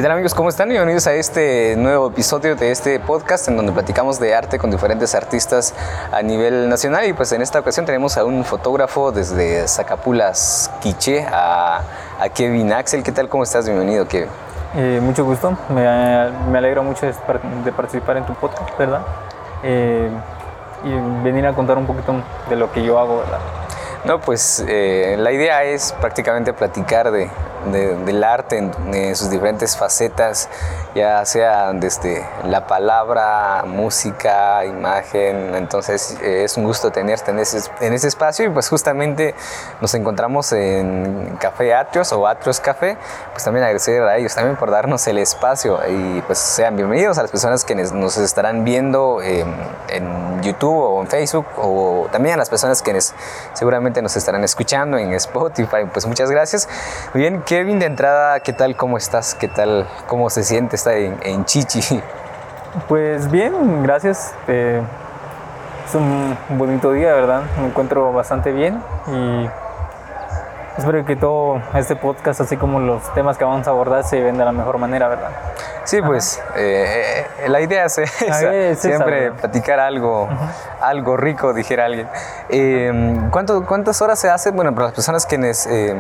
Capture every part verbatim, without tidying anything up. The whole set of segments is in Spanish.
tal, amigos? ¿Cómo están? Bienvenidos a este nuevo episodio de este podcast en donde platicamos de arte con diferentes artistas a nivel nacional. Y pues en esta ocasión tenemos a un fotógrafo desde Zacapulas, Quiché, a, a Kevin Axel. ¿Qué tal? ¿Cómo estás? Bienvenido, Kevin. Eh, mucho gusto, me, me alegro mucho de, de participar en tu podcast, ¿verdad? Eh, y venir a contar un poquito de lo que yo hago, ¿verdad? No, pues eh, la idea es prácticamente platicar de, de, del arte en, en sus diferentes facetas, ya sea desde la palabra, música, imagen. Entonces eh, es un gusto tenerte en ese, en ese espacio, y pues justamente nos encontramos en Café Atrios o Atrios Café. Pues también agradecer a ellos también por darnos el espacio, y pues sean bienvenidos a las personas que nos estarán viendo eh, en YouTube o en Facebook, o también a las personas que nos, seguramente nos estarán escuchando en Spotify. Pues muchas gracias. Bien, Kevin, de entrada, ¿qué tal? ¿Cómo estás? ¿Qué tal? ¿Cómo se siente estar en, en Chichi? Pues bien, gracias. Eh, es un bonito día, ¿verdad? Me encuentro bastante bien y espero que todo este podcast, así como los temas que vamos a abordar, se ven de la mejor manera, ¿verdad? Sí, pues eh, la idea es, es, es siempre esa, platicar algo, uh-huh. algo rico, dijera alguien. Eh, ¿cuánto, ¿Cuántas horas se hace? Bueno, para las personas quienes eh,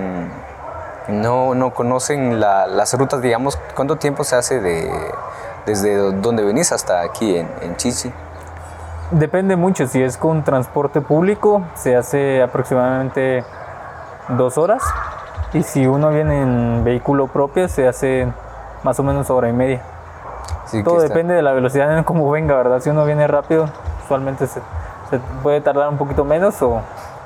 no, no conocen la, las rutas, digamos, ¿cuánto tiempo se hace de, desde donde venís hasta aquí en, en Chichi? Depende mucho. Si es con transporte público, se hace aproximadamente dos horas. Y si uno viene en vehículo propio, se hace más o menos hora y media. Sí, todo depende de la velocidad en cómo venga, ¿verdad? Si uno viene rápido, usualmente se, se puede tardar un poquito menos, o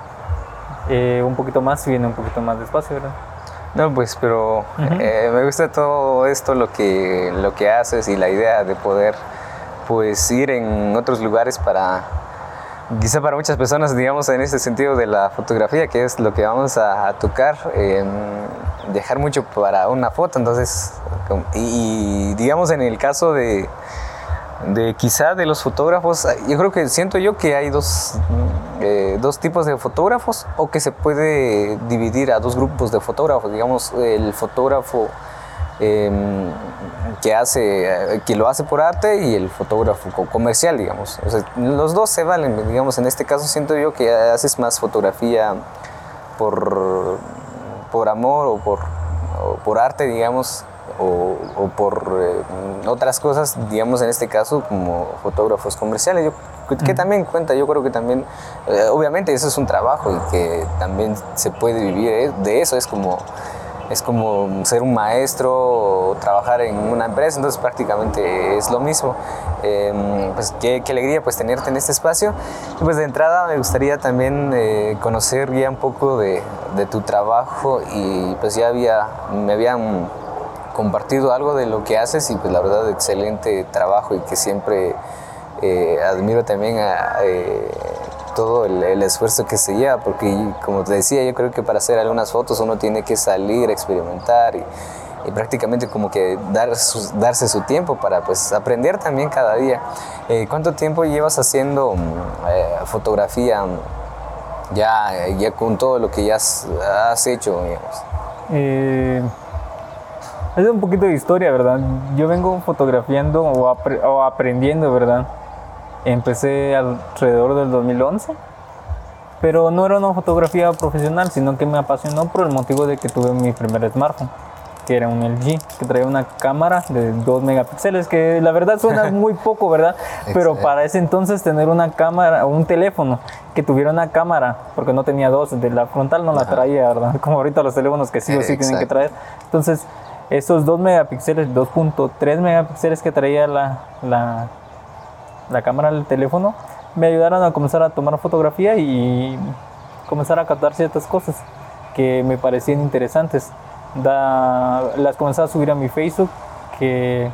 eh, un poquito más si viene un poquito más despacio, ¿verdad? No, pues, pero uh-huh. eh, me gusta todo esto, lo que, lo que haces, y la idea de poder, pues, ir en otros lugares para, quizá para muchas personas, digamos, en este sentido de la fotografía, que es lo que vamos a, a tocar, eh, dejar mucho para una foto. Entonces, y, y digamos, en el caso de, de quizá de los fotógrafos, yo creo que siento yo que hay dos, eh, dos tipos de fotógrafos, o que se puede dividir a dos grupos de fotógrafos. Digamos, el fotógrafo Eh, que hace, que lo hace por arte, y el fotógrafo comercial, digamos. O sea, los dos se valen, digamos. En este caso siento yo que haces más fotografía por, por amor, o por, o por arte, digamos, o, o por eh, otras cosas, digamos, en este caso como fotógrafos comerciales. Yo, que también cuenta, yo creo que también, eh, obviamente eso es un trabajo, y que también se puede vivir de eso. Es como Es como ser un maestro o trabajar en una empresa, entonces prácticamente es lo mismo. Eh, pues qué, qué alegría, pues, tenerte en este espacio. Y pues de entrada me gustaría también eh, conocer ya un poco de, de tu trabajo, y pues ya había, me habían compartido algo de lo que haces, y pues la verdad, excelente trabajo, y que siempre eh, admiro también a, eh, todo el, el esfuerzo que se lleva, porque, como te decía, yo creo que para hacer algunas fotos uno tiene que salir a experimentar, y, y prácticamente como que dar su, darse su tiempo para, pues, aprender también cada día. Eh, ¿Cuánto tiempo llevas haciendo eh, fotografía ya, ya con todo lo que ya has, has hecho, digamos? Eh, es un poquito de historia, ¿verdad? Yo vengo fotografiando o, apre- o aprendiendo, ¿verdad? Empecé alrededor del dos mil once, pero no era una fotografía profesional, sino que me apasionó por el motivo de que tuve mi primer smartphone, que era un L G, que traía una cámara de dos megapíxeles, que la verdad suena muy poco, ¿verdad? Pero para ese entonces tener una cámara, o un teléfono que tuviera una cámara, porque no tenía dos, de la frontal no la traía, ¿verdad? Como ahorita los teléfonos que sí o sí Exacto. tienen que traer. Entonces, esos dos megapíxeles, dos punto tres megapíxeles que traía la... la la cámara del teléfono, me ayudaron a comenzar a tomar fotografía y comenzar a captar ciertas cosas que me parecían interesantes. Da, las comencé a subir a mi Facebook, que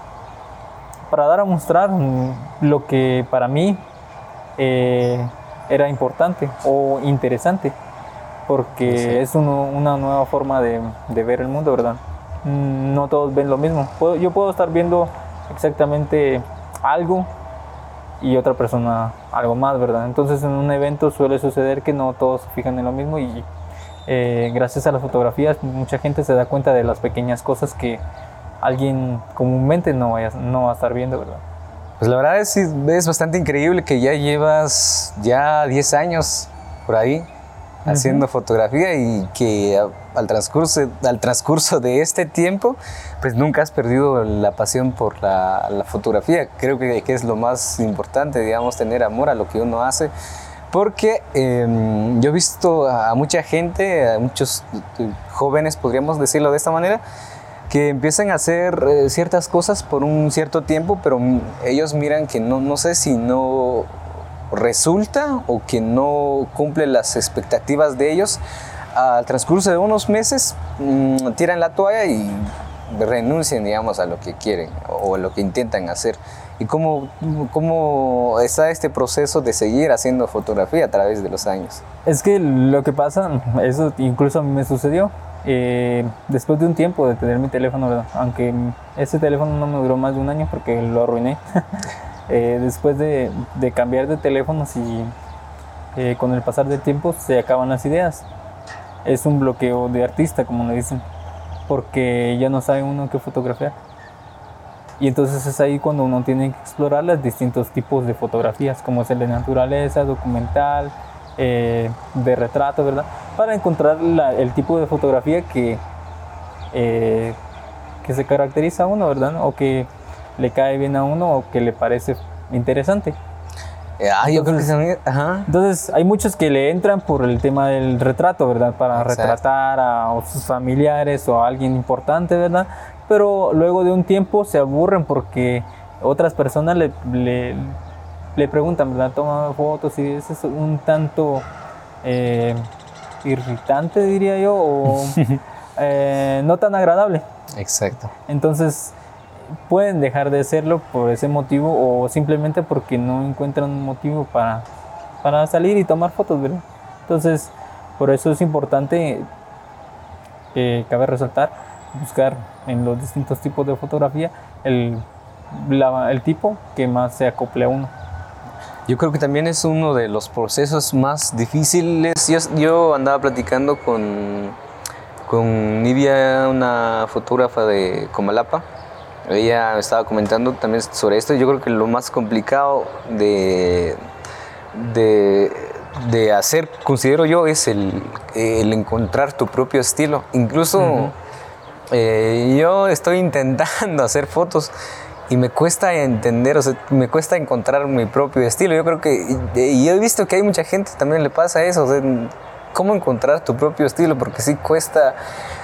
para dar a mostrar lo que para mí eh, era importante o interesante, porque sí. es uno, una nueva forma de, de ver el mundo, ¿verdad? No todos ven lo mismo. Puedo, yo puedo estar viendo exactamente algo, y otra persona algo más, ¿verdad? Entonces, en un evento suele suceder que no todos se fijan en lo mismo, y eh, gracias a las fotografías mucha gente se da cuenta de las pequeñas cosas que alguien comúnmente no, vaya, no va a estar viendo, ¿verdad? Pues la verdad es, es bastante increíble que ya llevas ya diez años por ahí haciendo uh-huh. fotografía y que al transcurso, al transcurso de este tiempo pues nunca has perdido la pasión por la, la fotografía. Creo que, que es lo más importante, digamos, tener amor a lo que uno hace, porque eh, yo he visto a mucha gente, a muchos jóvenes, podríamos decirlo de esta manera, que empiezan a hacer eh, ciertas cosas por un cierto tiempo, pero ellos miran que no, no sé si no resulta o que no cumple las expectativas de ellos. Al transcurso de unos meses mmm, tiran la toalla y renuncian, digamos, a lo que quieren o a lo que intentan hacer. ¿Y cómo, cómo está este proceso de seguir haciendo fotografía a través de los años? Es que lo que pasa, eso incluso a mí me sucedió. Eh, después de un tiempo de tener mi teléfono, ¿verdad? Aunque ese teléfono no me duró más de un año porque lo arruiné. eh, después de, de cambiar de teléfonos y eh, con el pasar del tiempo se acaban las ideas. Es un bloqueo de artista, como le dicen, porque ya no sabe uno qué fotografiar. Y entonces es ahí cuando uno tiene que explorar los distintos tipos de fotografías, como es el de naturaleza, documental, eh, de retrato, ¿verdad? Para encontrar la, el tipo de fotografía que, eh, que se caracteriza a uno, ¿verdad? O que le cae bien a uno o que le parece interesante. Ah, yo entonces, creo que también, ajá. Entonces hay muchos que le entran por el tema del retrato, ¿verdad? Para Exacto. retratar a sus familiares o a alguien importante, ¿verdad? Pero luego de un tiempo se aburren porque otras personas le, le, le preguntan, ¿verdad? Toma fotos y eso es un tanto eh, irritante, diría yo, o eh, no tan agradable. Exacto. Entonces pueden dejar de hacerlo por ese motivo o simplemente porque no encuentran un motivo para, para salir y tomar fotos, ¿verdad? Entonces, por eso es importante, eh, cabe resaltar, buscar en los distintos tipos de fotografía el, la, el tipo que más se acople a uno. Yo creo que también es uno de los procesos más difíciles. Yo, yo andaba platicando con, con Nidia, una fotógrafa de Comalapa. Ella estaba comentando también sobre esto. Yo creo que lo más complicado de, de, de hacer, considero yo, es el, el encontrar tu propio estilo. Incluso uh-huh. eh, yo estoy intentando hacer fotos y me cuesta entender, o sea, me cuesta encontrar mi propio estilo. Yo creo que, y yo he visto que hay mucha gente también le pasa eso, o sea, cómo encontrar tu propio estilo, porque sí cuesta,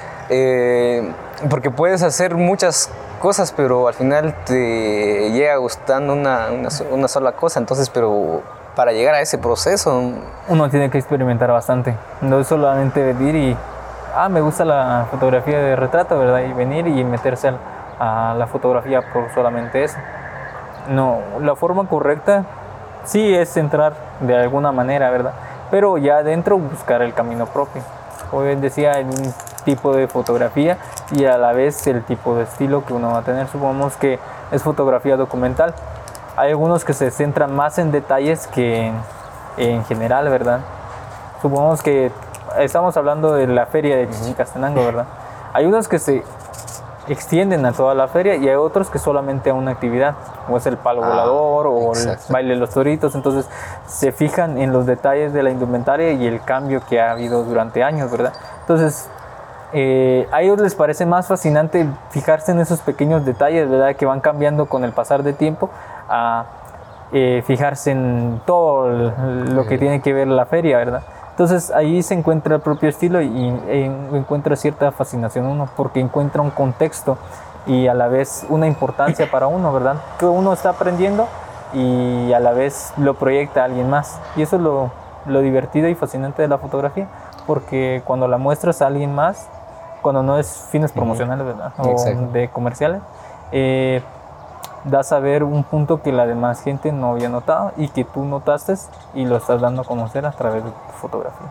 eh, porque puedes hacer muchas cosas, pero al final te llega gustando una, una, una sola cosa, entonces, pero para llegar a ese proceso uno tiene que experimentar bastante, no es solamente venir y, ah, me gusta la fotografía de retrato, ¿verdad? Y venir y meterse al a la fotografía por solamente eso. No, la forma correcta sí es entrar de alguna manera, ¿verdad? Pero ya adentro buscar el camino propio. Como bien decía, en un tipo de fotografía y a la vez el tipo de estilo que uno va a tener. Supongamos que es fotografía documental. Hay algunos que se centran más en detalles que en, en general, ¿verdad? Supongamos que estamos hablando de la feria de Chichicastenango, ¿verdad? Hay unos que se extienden a toda la feria y hay otros que solamente a una actividad, o es el palo ah, volador o exacto. el baile de los toritos. Entonces se fijan en los detalles de la indumentaria y el cambio que ha habido durante años, ¿verdad? Entonces eh, a ellos les parece más fascinante fijarse en esos pequeños detalles, ¿verdad? Que van cambiando con el pasar del tiempo, a eh, fijarse en todo lo que tiene que ver la feria, ¿verdad? Entonces ahí se encuentra el propio estilo y, y encuentra cierta fascinación uno, porque encuentra un contexto y a la vez una importancia para uno, ¿verdad? Que uno está aprendiendo y a la vez lo proyecta a alguien más. Y eso es lo, lo divertido y fascinante de la fotografía, porque cuando la muestras a alguien más, cuando no es fines promocionales, ¿verdad? O Exacto. de comerciales, eh, das a ver un punto que la demás gente no había notado y que tú notaste y lo estás dando a conocer a través de tu fotografía.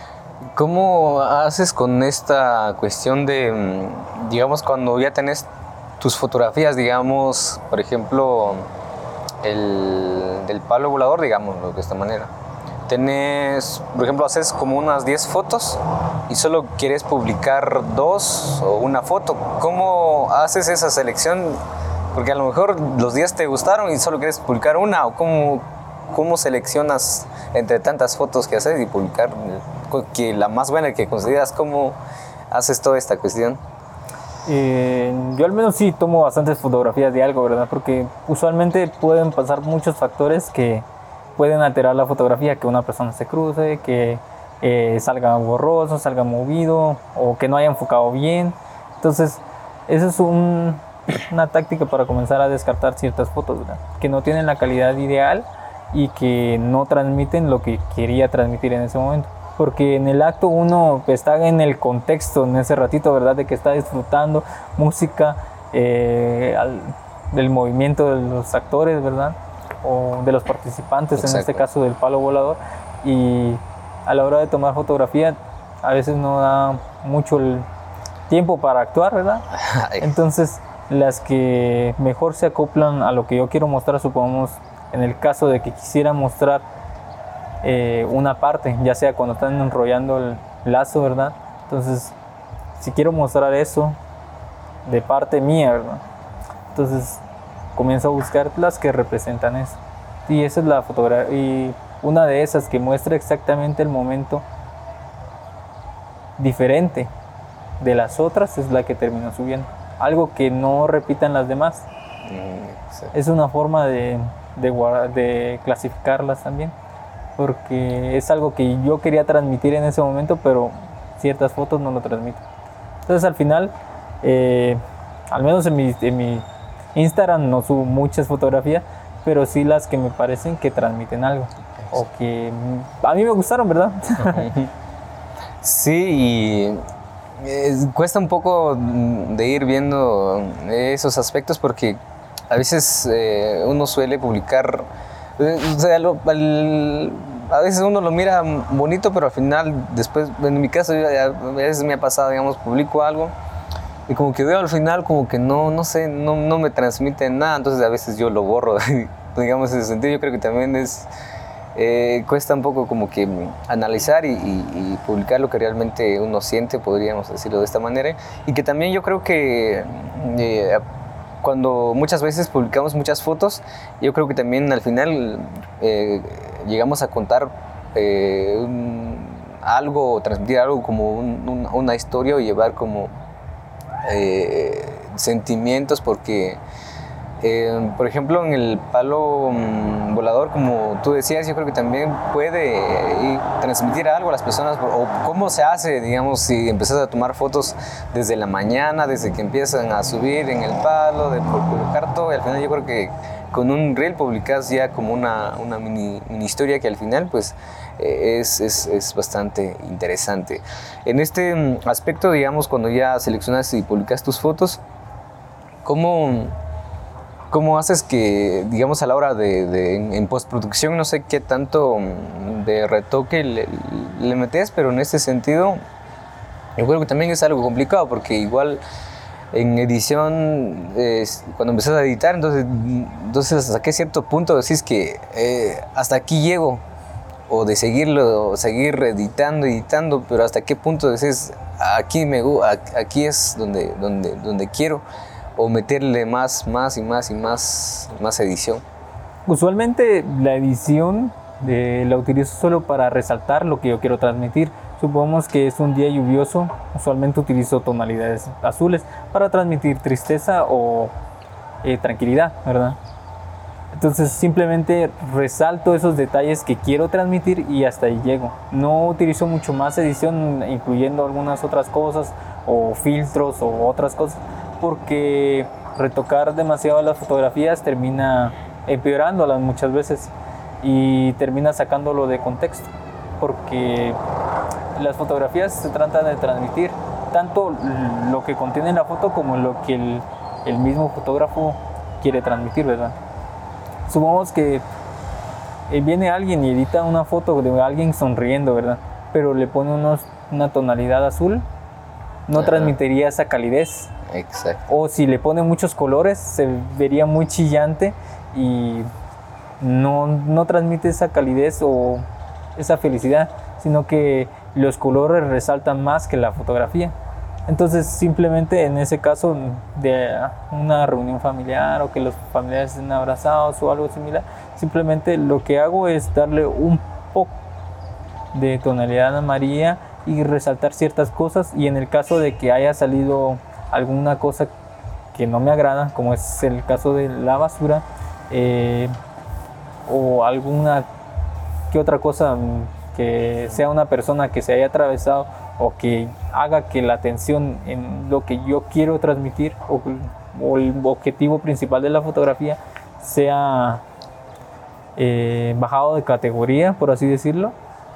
¿Cómo haces con esta cuestión de, digamos, cuando ya tenés tus fotografías, digamos, por ejemplo, el del palo volador, digámoslo de esta manera? tenés, por ejemplo, haces como unas diez fotos y solo quieres publicar dos o una foto. ¿Cómo haces esa selección? Porque a lo mejor los diez te gustaron y solo quieres publicar una. ¿O cómo, cómo seleccionas entre tantas fotos que haces y publicar que la más buena que consideras? ¿Cómo haces toda esta cuestión? Eh, yo al menos sí tomo bastantes fotografías de algo, ¿verdad? Porque usualmente pueden pasar muchos factores que pueden alterar la fotografía, que una persona se cruce, que eh, salga borroso, salga movido o que no haya enfocado bien. Entonces, esa es un, una táctica para comenzar a descartar ciertas fotos, ¿verdad? Que no tienen la calidad ideal y que no transmiten lo que quería transmitir en ese momento. Porque en el acto uno está en el contexto, en ese ratito, ¿verdad? De que está disfrutando música, eh, al, del movimiento de los actores, ¿verdad? O de los participantes, Exacto. En este caso del palo volador. Y a la hora de tomar fotografía, a veces no da mucho el tiempo para actuar, ¿verdad? Entonces, las que mejor se acoplan a lo que yo quiero mostrar, supongamos, en el caso de que quisiera mostrar Eh, una parte, ya sea cuando están enrollando el lazo, ¿verdad? Entonces, si quiero mostrar eso de parte mía, ¿verdad? Entonces, comienzo a buscar las que representan eso. Y esa es la fotografía, y una de esas que muestra exactamente el momento diferente de las otras es la que termino subiendo. Algo que no repitan las demás. Mm, sí. Es una forma de, de, guardar, de clasificarlas también. Porque es algo que yo quería transmitir en ese momento, pero ciertas fotos no lo transmiten. Entonces al final, eh, al menos en mi, en mi Instagram no subo muchas fotografías, pero sí las que me parecen que transmiten algo. O que a mí me gustaron, ¿verdad? Sí, y eh, cuesta un poco de ir viendo esos aspectos porque a veces eh, uno suele publicar... O sea, lo, al, a veces uno lo mira bonito, pero al final, después, en mi caso, yo, a veces me ha pasado, digamos, publico algo y como que veo al final como que no, no sé, no, no me transmite nada, entonces a veces yo lo borro, digamos, en ese sentido. Yo creo que también es, eh, cuesta un poco como que analizar y, y, y publicar lo que realmente uno siente, podríamos decirlo de esta manera, y que también yo creo que... Eh, cuando muchas veces publicamos muchas fotos, yo creo que también al final eh, llegamos a contar eh, un, algo, transmitir algo como un, un, una historia o llevar como eh, sentimientos, porque eh, por ejemplo en el palo um, volador, como tú decías, yo creo que también puede eh, transmitir algo a las personas, o cómo se hace, digamos, si empiezas a tomar fotos desde la mañana, desde que empiezan a subir en el palo, de por colocar todo, y al final yo creo que con un reel publicas ya como una, una mini, mini historia que al final pues eh, es, es, es bastante interesante. En este um, aspecto, digamos, cuando ya seleccionas y publicas tus fotos, ¿cómo... ¿Cómo haces que, digamos, a la hora de, de en, en postproducción, no sé qué tanto de retoque le, le metes, pero en ese sentido, yo creo que también es algo complicado, porque igual en edición, eh, cuando empezás a editar, entonces, entonces hasta qué cierto punto decís que eh, hasta aquí llego, o de seguirlo, o seguir editando, editando, pero hasta qué punto decís, aquí, me, aquí es donde, donde, donde quiero, o meterle más, más y más y más, más edición. Usualmente la edición eh, la utilizo solo para resaltar lo que yo quiero transmitir. Supongamos que es un día lluvioso, usualmente utilizo tonalidades azules para transmitir tristeza o eh, tranquilidad, ¿verdad? Entonces simplemente resalto esos detalles que quiero transmitir y hasta ahí llego. No utilizo mucho más edición, incluyendo algunas otras cosas o filtros o otras cosas, porque retocar demasiado las fotografías termina empeorándolas muchas veces y termina sacándolo de contexto, porque las fotografías se tratan de transmitir tanto lo que contiene la foto como lo que el, el mismo fotógrafo quiere transmitir, ¿verdad? Supongamos que viene alguien y edita una foto de alguien sonriendo, ¿verdad? Pero le pone unos, una tonalidad azul, no Ajá. transmitiría esa calidez. Exacto. O si le pone muchos colores, se vería muy chillante y no, no transmite esa calidez o esa felicidad, sino que los colores resaltan más que la fotografía. Entonces simplemente en ese caso de una reunión familiar o que los familiares estén abrazados o algo similar, simplemente lo que hago es darle un poco de tonalidad amarilla y resaltar ciertas cosas, y en el caso de que haya salido alguna cosa que no me agrada, como es el caso de la basura, eh, o alguna que otra cosa que sea una persona que se haya atravesado o que haga que la atención en lo que yo quiero transmitir o, o el objetivo principal de la fotografía sea eh, bajado de categoría, por así decirlo,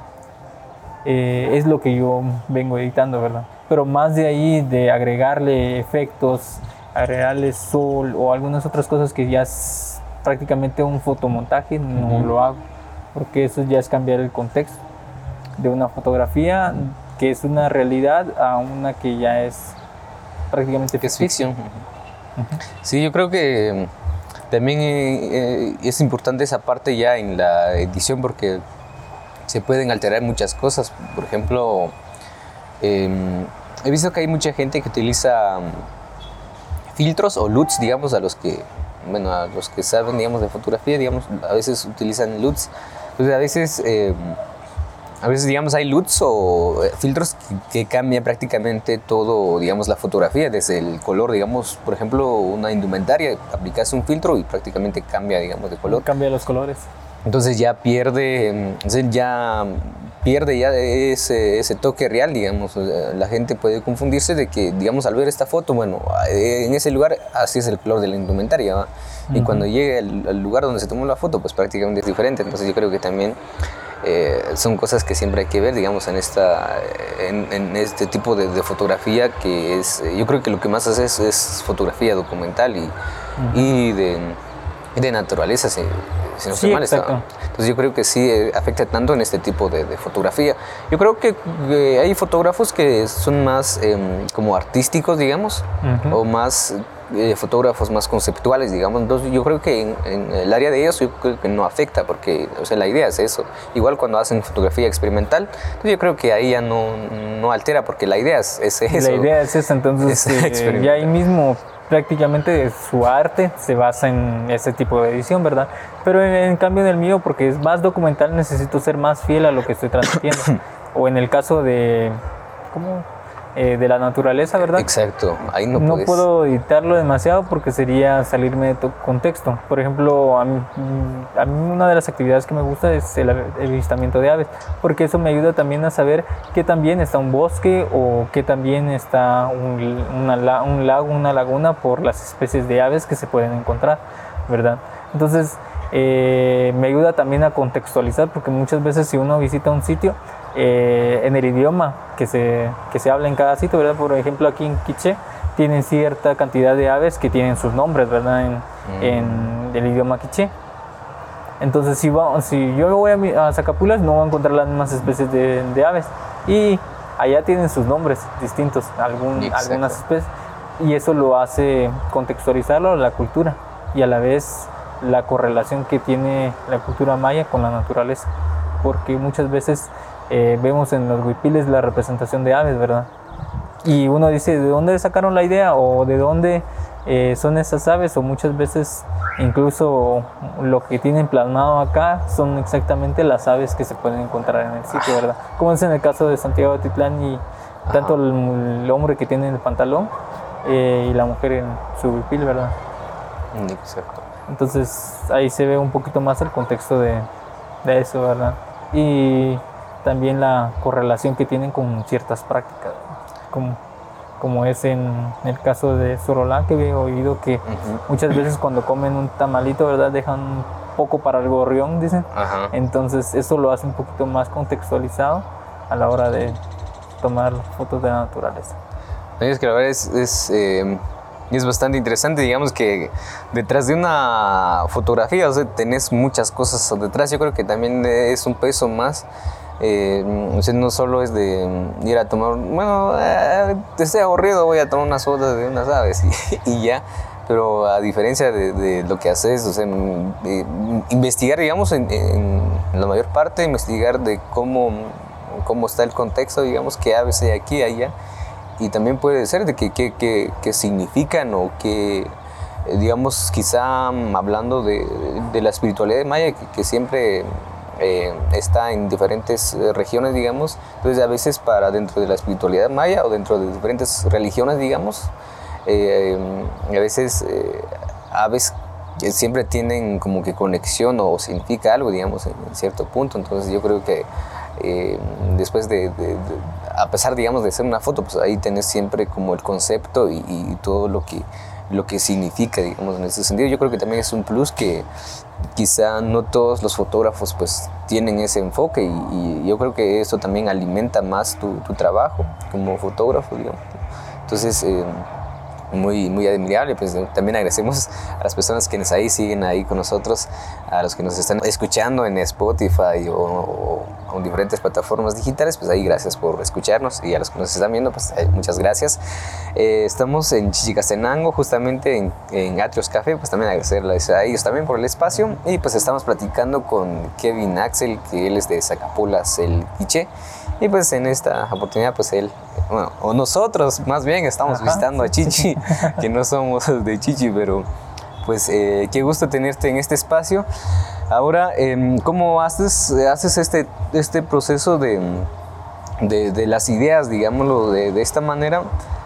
eh, es lo que yo vengo editando, ¿verdad? Pero más de ahí, de agregarle efectos, agregarle sol o algunas otras cosas que ya es prácticamente un fotomontaje, no uh-huh. lo hago, porque eso ya es cambiar el contexto de una fotografía que es una realidad a una que ya es prácticamente que es ficción. Uh-huh. Sí, yo creo que también eh, es importante esa parte ya en la edición, porque se pueden alterar muchas cosas. Por ejemplo, eh, he visto que hay mucha gente que utiliza filtros o L U Ts, digamos, a los que, bueno, a los que saben, digamos, de fotografía, digamos, a veces utilizan L U Ts. Entonces, a veces, eh, a veces, digamos, hay L U Ts o filtros que, que cambian prácticamente todo, digamos, la fotografía, desde el color, digamos, por ejemplo, una indumentaria, aplicas un filtro y prácticamente cambia, digamos, de color. Cambia los colores. Entonces ya pierde, ya pierde ya ese, ese toque real, digamos. La gente puede confundirse de que, digamos, al ver esta foto, bueno, en ese lugar así es el color de la indumentaria, ¿va? Y uh-huh. cuando llegue al, al lugar donde se tomó la foto, pues prácticamente es diferente. Entonces yo creo que también eh, son cosas que siempre hay que ver, digamos, en, esta, en, en este tipo de, de fotografía, que es, yo creo que lo que más hace es, es fotografía documental y, uh-huh. y de, de naturaleza, sí. Si no estoy sí, mal, está. Entonces yo creo que sí eh, afecta tanto en este tipo de, de fotografía. Yo creo que eh, hay fotógrafos que son más eh, como artísticos, digamos, uh-huh. o más eh, fotógrafos más conceptuales, digamos. Entonces yo creo que en, en el área de ellos yo creo que no afecta, porque, o sea, la idea es eso. Igual cuando hacen fotografía experimental, entonces yo creo que ahí ya no, no altera, porque la idea es, es eso. La idea es esa, entonces es eh, ya ahí mismo prácticamente su arte se basa en ese tipo de edición, ¿verdad? Pero en, en cambio en el mío, porque es más documental, necesito ser más fiel a lo que estoy transmitiendo. O en el caso de, ¿cómo? Eh, de la naturaleza, ¿verdad? Exacto, ahí no, no puedes. puedo editarlo demasiado porque sería salirme de tu contexto. Por ejemplo, a mí, a mí una de las actividades que me gusta es el avistamiento de aves, porque eso me ayuda también a saber que también está un bosque o que también está un, una, un lago, una laguna, por las especies de aves que se pueden encontrar, ¿verdad? Entonces, eh, me ayuda también a contextualizar, porque muchas veces si uno visita un sitio, Eh, en el idioma que se, que se habla en cada sitio, ¿verdad? Por ejemplo, aquí en Quiché tienen cierta cantidad de aves que tienen sus nombres, ¿verdad? En, mm. en el idioma quiché. Entonces, si, va, si yo voy a, a Zacapulas, no voy a encontrar las mismas especies de, de aves. Y allá tienen sus nombres distintos, algún, algunas especies. Y eso lo hace contextualizarlo a la cultura y a la vez la correlación que tiene la cultura maya con la naturaleza. Porque muchas veces Eh, vemos en los huipiles la representación de aves, ¿verdad? Y uno dice, ¿de dónde sacaron la idea? ¿O de dónde eh, son esas aves? O muchas veces incluso lo que tienen plasmado acá son exactamente las aves que se pueden encontrar en el sitio, ¿verdad? Como es en el caso de Santiago Atitlán, y tanto el, el hombre que tiene el pantalón eh, y la mujer en su huipil, ¿verdad? Exacto. Entonces ahí se ve un poquito más el contexto de, de eso, ¿verdad? Y también la correlación que tienen con ciertas prácticas, como, como es en el caso de Sorolá, que he oído que uh-huh. muchas veces cuando comen un tamalito, ¿verdad?, dejan un poco para el gorrión, dicen. Uh-huh. Entonces eso lo hace un poquito más contextualizado a la hora de tomar fotos de la naturaleza. Es que la verdad es, es, eh, es bastante interesante, digamos que detrás de una fotografía, o sea, tenés muchas cosas detrás. Yo creo que también es un peso más. Eh, o sea, no solo es de ir a tomar, bueno, eh, estoy aburrido, voy a tomar unas fotos de unas aves y, y ya, pero a diferencia de, de lo que haces, o sea, eh, investigar, digamos, en, en, la mayor parte, investigar de cómo, cómo está el contexto, digamos, qué aves hay aquí, allá, y también puede ser de qué que, que, que significan o que, digamos, quizá hablando de, de la espiritualidad maya, que, que siempre eh, está en diferentes regiones, digamos, entonces a veces para dentro de la espiritualidad maya o dentro de diferentes religiones, digamos, eh, a veces eh, aves siempre tienen como que conexión o significa algo, digamos, en, en cierto punto, entonces yo creo que eh, después de, de, de, a pesar, digamos, de hacer una foto, pues ahí tenés siempre como el concepto y, y todo lo que lo que significa, digamos, en ese sentido. Yo creo que también es un plus que quizá no todos los fotógrafos pues tienen ese enfoque y, y yo creo que eso también alimenta más tu, tu trabajo como fotógrafo, digamos. Entonces, eh, muy, muy admirable, pues también agradecemos a las personas que nos ahí siguen ahí con nosotros, a los que nos están escuchando en Spotify o, o, o en diferentes plataformas digitales, pues ahí gracias por escucharnos, y a los que nos están viendo, pues muchas gracias. Eh, estamos en Chichicastenango, justamente en, en Atrios Café, pues también agradecerles a ellos también por el espacio, y pues estamos platicando con Kevin Axel, que él es de Zacapulas, el Quiché, y pues en esta oportunidad pues él, bueno, o nosotros más bien estamos Ajá, visitando sí, a Chichi, sí. que no somos de Chichi, pero pues eh, qué gusto tenerte en este espacio. Ahora, eh, ¿cómo haces, haces este, este proceso de, de, de las ideas, digámoslo de, de esta manera?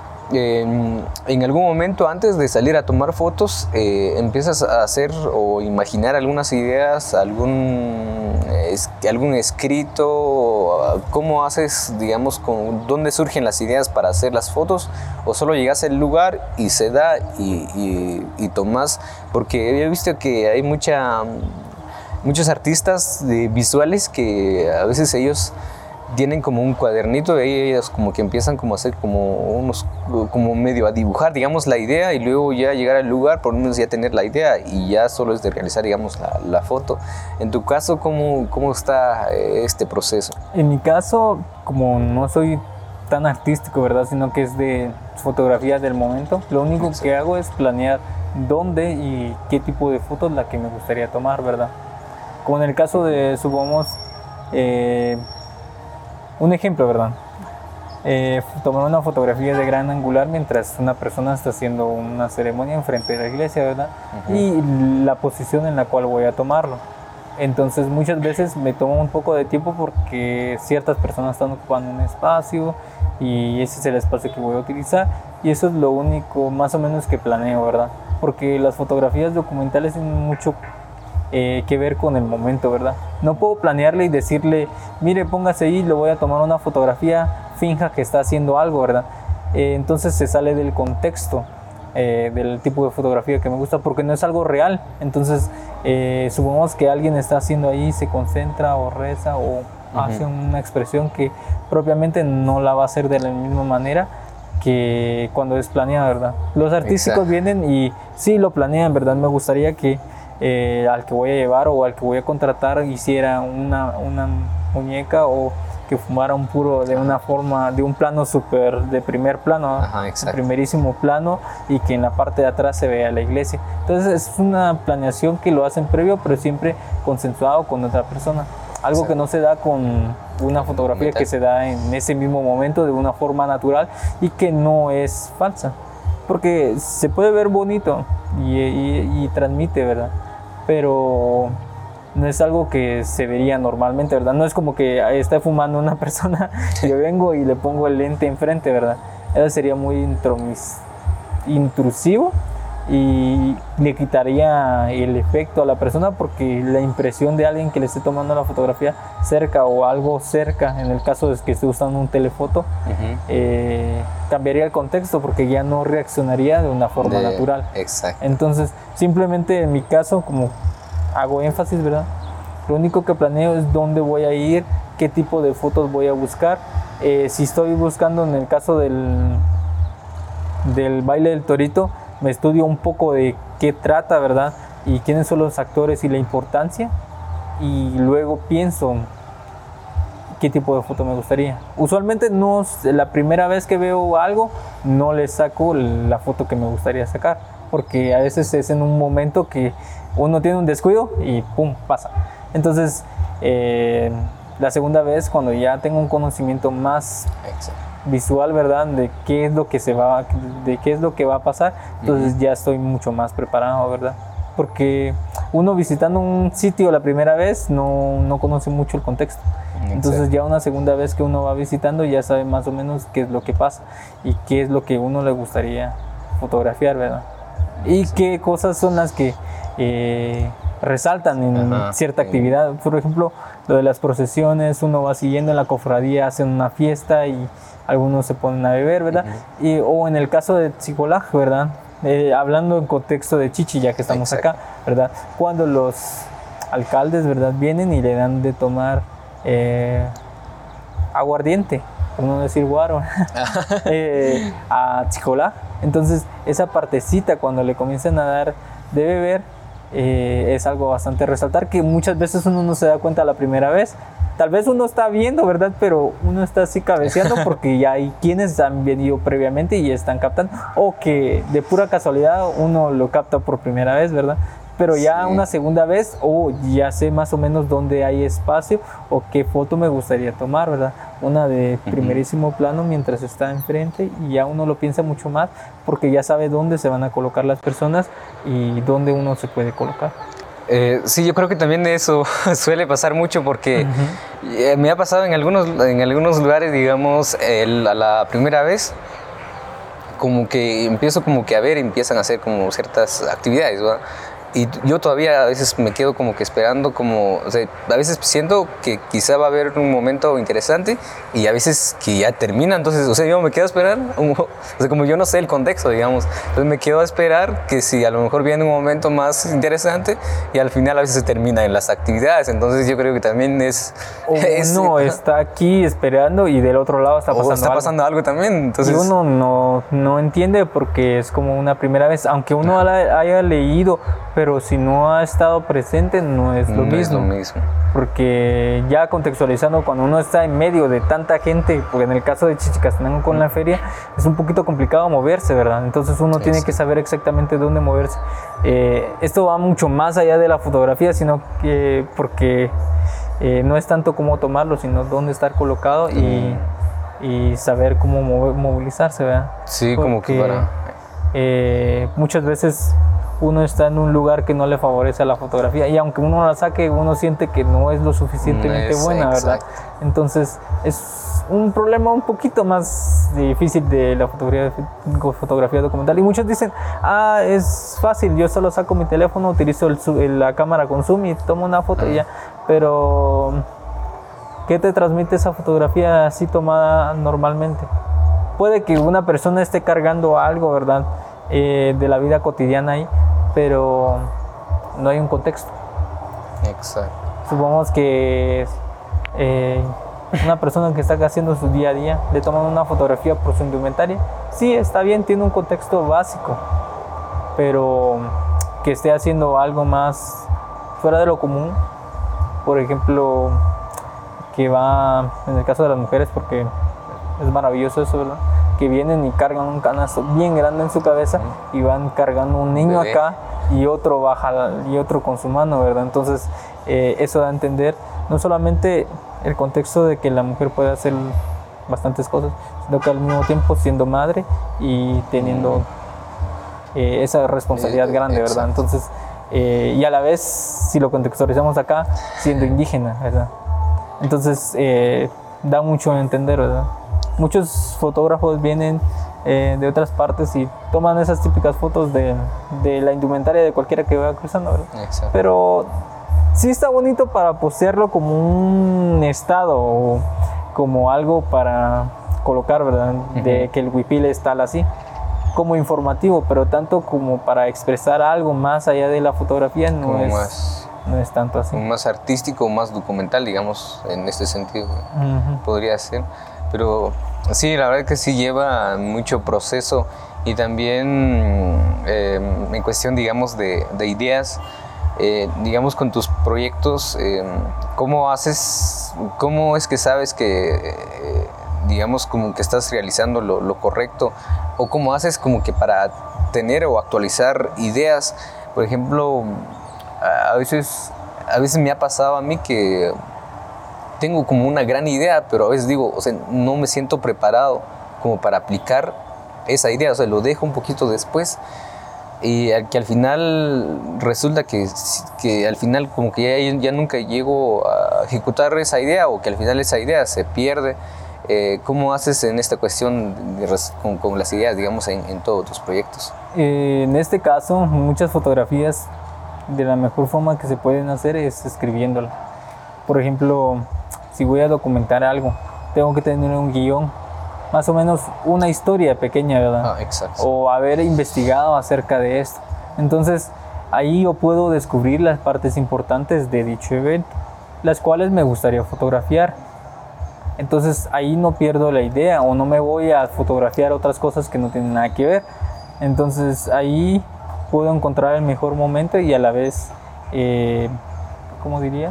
Eh, en algún momento antes de salir a tomar fotos, eh, empiezas a hacer o imaginar algunas ideas, algún, es, algún escrito, ¿cómo haces, digamos, con, dónde surgen las ideas para hacer las fotos? ¿O solo llegas al lugar y se da y, y, y tomas? Porque he visto que hay mucha, muchos artistas de visuales que a veces ellos tienen como un cuadernito de ahí, ellos como que empiezan como a hacer como unos, como medio a dibujar, digamos, la idea, y luego ya llegar al lugar, por lo menos ya tener la idea, y ya solo es de realizar, digamos, la, la foto. En tu caso, ¿cómo, cómo está este proceso? En mi caso, como no soy tan artístico, ¿verdad? Sino que es de fotografía del momento, lo único sí. que hago es planear dónde y qué tipo de fotos la que me gustaría tomar, ¿verdad? Como en el caso de, supongamos, eh, un ejemplo, ¿verdad? Eh, tomar una fotografía de gran angular mientras una persona está haciendo una ceremonia enfrente de la iglesia, ¿verdad? Uh-huh. Y la posición en la cual voy a tomarlo. Entonces muchas veces me toma un poco de tiempo porque ciertas personas están ocupando un espacio y ese es el espacio que voy a utilizar, y eso es lo único más o menos que planeo, ¿verdad? Porque las fotografías documentales tienen mucho Eh, que ver con el momento, ¿verdad? No puedo planearle y decirle, mire, póngase ahí, le voy a tomar una fotografía, finja que está haciendo algo, ¿verdad? Eh, entonces se sale del contexto eh, del tipo de fotografía que me gusta, porque no es algo real. Entonces eh, supongamos que alguien está haciendo ahí, se concentra o reza o uh-huh. hace una expresión que propiamente no la va a hacer de la misma manera que cuando es planeada, ¿verdad? Los artísticos Exacto. vienen y sí lo planean, ¿verdad? Me gustaría que Eh, al que voy a llevar o al que voy a contratar hiciera una, una muñeca o que fumara un puro de una forma, de un plano súper de primer plano, Ajá, de primerísimo plano, y que en la parte de atrás se vea la iglesia. Entonces es una planeación que lo hacen previo, pero siempre consensuado con otra persona. Algo Exacto. que no se da con una fotografía que se da en ese mismo momento de una forma natural y que no es falsa. Porque se puede ver bonito y, y, y transmite, ¿verdad? Pero no es algo que se vería normalmente, ¿verdad? No es como que está fumando una persona y yo vengo y le pongo el lente enfrente, ¿verdad? Eso sería muy intromis, intrusivo y le quitaría el efecto a la persona, porque la impresión de alguien que le esté tomando la fotografía cerca o algo cerca, en el caso de que esté usando un telefoto, uh-huh. eh, cambiaría el contexto porque ya no reaccionaría de una forma de, natural. Exacto. Entonces, simplemente en mi caso, como hago énfasis, ¿verdad? Lo único que planeo es dónde voy a ir, qué tipo de fotos voy a buscar. Eh, si estoy buscando, en el caso del, del baile del torito, me estudio un poco de qué trata, ¿verdad? Y quiénes son los actores y la importancia. Y luego pienso qué tipo de foto me gustaría. Usualmente no, la primera vez que veo algo, no le saco la foto que me gustaría sacar. porque a veces es en un momento que uno tiene un descuido y pum, pasa. Entonces, eh, la segunda vez, cuando ya tengo un conocimiento más Exacto. visual, ¿verdad? De qué es lo que se va, de qué es lo que va a pasar, entonces uh-huh. ya estoy mucho más preparado, ¿verdad? Porque uno visitando un sitio la primera vez no, no conoce mucho el contexto. Entonces ya una segunda vez que uno va visitando ya sabe más o menos qué es lo que pasa y qué es lo que uno le gustaría fotografiar, ¿verdad? Y qué cosas son las que eh, resaltan en Ajá, cierta sí. actividad. Por ejemplo, lo de las procesiones, uno va siguiendo en la cofradía, hacen una fiesta y algunos se ponen a beber, ¿verdad? Uh-huh. Y, o en el caso de Tzicolaj, ¿verdad? Eh, hablando en contexto de Chichi, ya que estamos Exacto. acá, ¿verdad? Cuando los alcaldes, ¿verdad? Vienen y le dan de tomar eh, aguardiente, por no decir guaro, eh, a Tzicolaj. Entonces, esa partecita, cuando le comienzan a dar de beber, eh, es algo bastante a resaltar, que muchas veces uno no se da cuenta la primera vez. Tal vez uno está viendo, ¿verdad? Pero uno está así cabeceando porque ya hay quienes han venido previamente y están captando. O que de pura casualidad uno lo capta por primera vez, ¿verdad? Pero ya sí. una segunda vez, o oh, ya sé más o menos dónde hay espacio o qué foto me gustaría tomar, ¿verdad? Una de primerísimo uh-huh. plano mientras está enfrente y ya uno lo piensa mucho más porque ya sabe dónde se van a colocar las personas y dónde uno se puede colocar. Eh, sí, yo creo que también eso suele pasar mucho porque uh-huh. eh, me ha pasado en algunos, en algunos lugares, digamos, el, a la primera vez, como que empiezo como que a ver, empiezan a hacer como ciertas actividades, ¿verdad? Y yo todavía a veces me quedo como que esperando, como, o sea, a veces siento que quizá va a haber un momento interesante y a veces que ya termina, entonces, o sea, yo me quedo a esperar, o sea, como yo no sé el contexto, digamos, entonces me quedo a esperar que si a lo mejor viene un momento más interesante y al final a veces se termina en las actividades, entonces yo creo que también es... O es uno está aquí esperando y del otro lado está pasando, está pasando algo. algo también, entonces... Y uno no, no entiende porque es como una primera vez, aunque uno haya, haya leído, pero si no ha estado presente no es lo no mismo. Es lo mismo. Porque ya contextualizando, cuando uno está en medio de tanta gente, porque en el caso de Chichicastenango con la feria, es un poquito complicado moverse, ¿verdad? Entonces uno sí, tiene sí. que saber exactamente dónde moverse. Eh, esto va mucho más allá de la fotografía, sino que porque eh, no es tanto cómo tomarlo, sino dónde estar colocado mm. y, y saber cómo mover, movilizarse, ¿verdad? Sí, porque, como que para... Eh, muchas veces uno está en un lugar que no le favorece a la fotografía y aunque uno la saque, uno siente que no es lo suficientemente no es, buena, ¿verdad? Exacto. Entonces es un problema un poquito más difícil de la fotografía, fotografía documental y muchos dicen, ah, es fácil, yo solo saco mi teléfono, utilizo el, la cámara con zoom y tomo una foto ah. y ya, pero ¿qué te transmite esa fotografía así tomada normalmente? Puede que una persona esté cargando algo, ¿verdad? Eh, de la vida cotidiana ahí, pero no hay un contexto. Exacto. Supongamos que eh, una persona que está haciendo su día a día le toman una fotografía por su indumentaria. Sí, está bien, tiene un contexto básico, pero que esté haciendo algo más fuera de lo común, por ejemplo, que va, en el caso de las mujeres, porque es maravilloso eso, ¿verdad? Que vienen y cargan un canasto bien grande en su cabeza y van cargando un niño Bebé. acá y otro baja y otro con su mano, ¿verdad? Entonces eh, eso da a entender no solamente el contexto de que la mujer puede hacer bastantes cosas, sino que al mismo tiempo siendo madre y teniendo eh, esa responsabilidad grande, ¿verdad? Entonces eh, y a la vez, si lo contextualizamos acá, siendo indígena, ¿verdad? Entonces eh, da mucho a entender, ¿verdad? Muchos fotógrafos vienen eh, de otras partes y toman esas típicas fotos de, de la indumentaria de cualquiera que vaya cruzando, ¿verdad? Exacto. Pero sí está bonito para postearlo como un estado o como algo para colocar, ¿verdad? Uh-huh. De que el huipil es tal así, como informativo, pero tanto como para expresar algo más allá de la fotografía no, es, más, no es tanto así. Más artístico, más documental, digamos, en este sentido, uh-huh. podría ser. Pero sí, la verdad que sí lleva mucho proceso y también eh, en cuestión, digamos, de, de ideas, eh, digamos, con tus proyectos, eh, ¿cómo haces, cómo es que sabes que, eh, digamos, como que estás realizando lo, lo correcto? ¿O cómo haces como que para tener o actualizar ideas. Por ejemplo, a veces, a veces me ha pasado a mí que tengo como una gran idea, pero a veces digo, o sea, no me siento preparado como para aplicar esa idea, o sea, lo dejo un poquito después y al, que al final resulta que, que al final como que ya, ya nunca llego a ejecutar esa idea o que al final esa idea se pierde. Eh, ¿Cómo haces en esta cuestión de, con, con las ideas, digamos, en, en todos tus proyectos? Eh, en este caso, muchas fotografías de la mejor forma que se pueden hacer es escribiéndola. Por ejemplo, si voy a documentar algo, tengo que tener un guión, más o menos una historia pequeña, ¿verdad? Ah, exacto. O haber investigado acerca de esto. Entonces, ahí yo puedo descubrir las partes importantes de dicho evento, las cuales me gustaría fotografiar. Entonces ahí no pierdo la idea o no me voy a fotografiar otras cosas que no tienen nada que ver. Entonces ahí puedo encontrar el mejor momento y a la vez, eh, ¿cómo diría?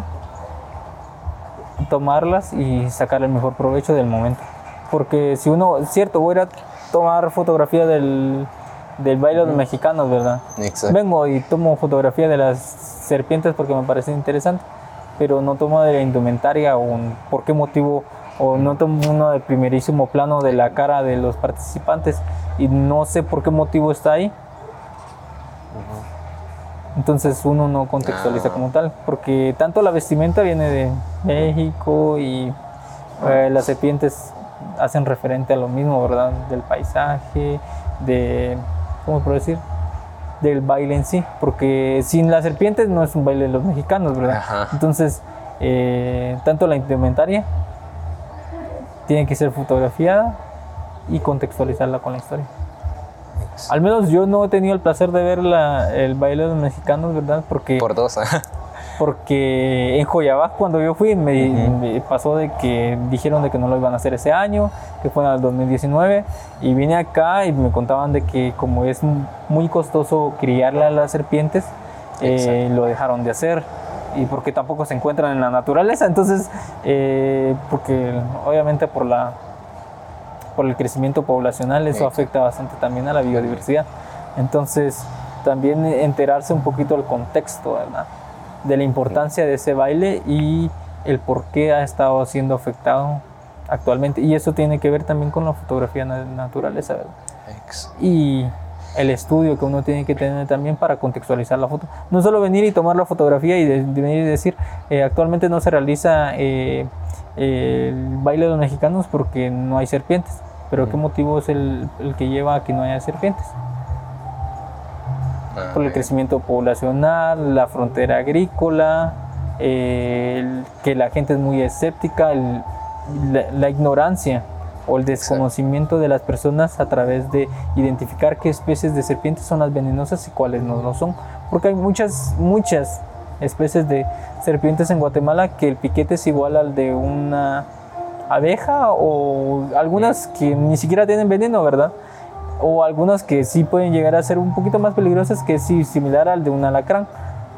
Tomarlas y sacar el mejor provecho del momento. Porque si uno, cierto, voy a ir a tomar fotografía del, del baile de los mexicanos, ¿verdad? Exacto. Vengo y tomo fotografía de las serpientes porque me parece interesante, pero no tomo de la indumentaria o por qué motivo, o no tomo uno del primerísimo plano de la cara de los participantes y no sé por qué motivo está ahí. Entonces uno no contextualiza como tal, porque tanto la vestimenta viene de México y eh, las serpientes hacen referente a lo mismo, ¿verdad? Del paisaje, de, ¿cómo puedo decir? Del baile en sí, porque sin las serpientes no es un baile de los mexicanos, ¿verdad? Ajá. Entonces, eh, tanto la indumentaria tiene que ser fotografiada y contextualizarla con la historia. Al menos yo no he tenido el placer de ver la, el baile de los mexicanos, ¿verdad? Porque, Por dos. porque en Joyabá, cuando yo fui, me, uh-huh. me pasó de que dijeron de que no lo iban a hacer ese año, que fue en el dos mil diecinueve, y vine acá y me contaban de que como es muy costoso criarle a las serpientes, eh, lo dejaron de hacer. Y porque tampoco se encuentran en la naturaleza, entonces, eh, porque obviamente por la por el crecimiento poblacional eso afecta bastante también a la biodiversidad. Entonces, también enterarse un poquito del contexto, ¿verdad? De la importancia de ese baile y el por qué ha estado siendo afectado actualmente. Y eso tiene que ver también con la fotografía de naturaleza, ¿verdad? Y el estudio que uno tiene que tener también para contextualizar la foto. No solo venir y tomar la fotografía y de, de venir y decir, eh, actualmente no se realiza eh, eh, el baile de los mexicanos porque no hay serpientes. Pero ¿qué motivo es el, el que lleva a que no haya serpientes? Ah, Por el crecimiento poblacional, la frontera agrícola, eh, el, que la gente es muy escéptica, el, la, la ignorancia o el desconocimiento de las personas a través de identificar qué especies de serpientes son las venenosas y cuáles no lo son. Porque hay muchas, muchas especies de serpientes en Guatemala que el piquete es igual al de una abeja o algunas que ni siquiera tienen veneno, ¿verdad? O algunas que sí pueden llegar a ser un poquito más peligrosas, que es similar al de un alacrán.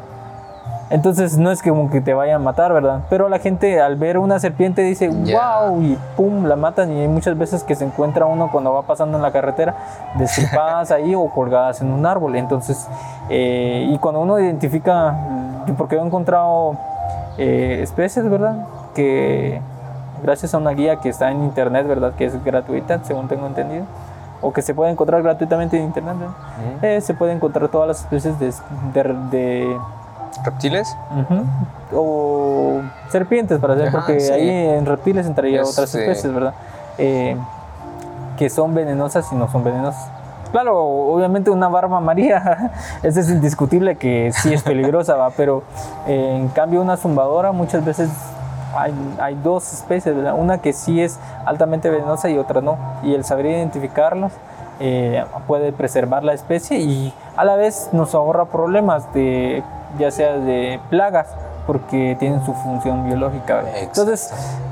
Entonces no es que como que te vayan a matar, ¿verdad? Pero la gente al ver una serpiente dice yeah. wow, y pum, la matan. Y hay muchas veces que se encuentra uno cuando va pasando en la carretera destripadas ahí o colgadas en un árbol. Entonces, eh, y cuando uno identifica, porque he encontrado eh, especies, ¿verdad? Que gracias a una guía que está en internet, ¿verdad? Que es gratuita, según tengo entendido, o que se puede encontrar gratuitamente en internet, ¿verdad? Uh-huh. eh, se pueden encontrar todas las especies de, de, de ¿reptiles? Uh-huh. O serpientes, para hacer, porque sí. ahí en reptiles entraría es, otras especies, sí. ¿verdad? Eh, que son venenosas y no son venenosas. Claro, obviamente una barba amarilla, esa es indiscutible que sí es peligrosa, ¿va? Pero eh, en cambio una zumbadora muchas veces hay, hay dos especies, ¿verdad? Una que sí es altamente venenosa y otra no. Y el saber identificarlas eh, puede preservar la especie y a la vez nos ahorra problemas de ya sea de plagas, porque tienen su función biológica. Entonces,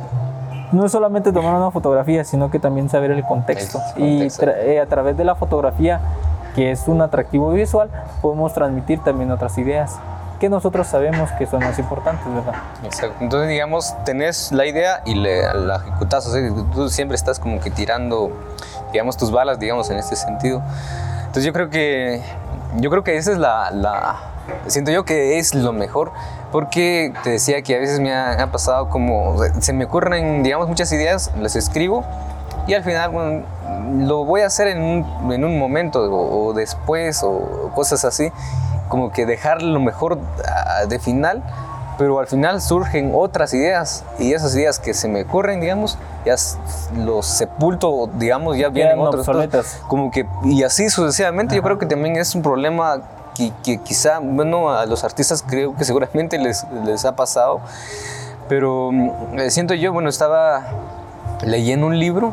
no es solamente tomar una fotografía, sino que también saber el contexto. El contexto. Y tra- eh, a través de la fotografía, que es un atractivo visual, podemos transmitir también otras ideas que nosotros sabemos que son más importantes, ¿verdad? Exacto. Entonces, digamos, tenés la idea y le, la ejecutas. O sea, tú siempre estás como que tirando, digamos, tus balas, digamos, en este sentido. Entonces yo creo que, yo creo que esa es la, la, siento yo que es lo mejor, porque te decía que a veces me ha, ha pasado como, se me ocurren, digamos, muchas ideas, las escribo y al final, bueno, lo voy a hacer en un, en un momento o, o después o cosas así, como que dejar lo mejor uh, de final, pero al final surgen otras ideas y esas ideas que se me ocurren, digamos, ya los sepulto, digamos, ya vienen otras cosas, como que, y así sucesivamente. Ajá. Yo creo que también es un problema que, que quizá, bueno, a los artistas creo que seguramente les, les ha pasado, pero eh, siento yo, bueno, estaba leyendo un libro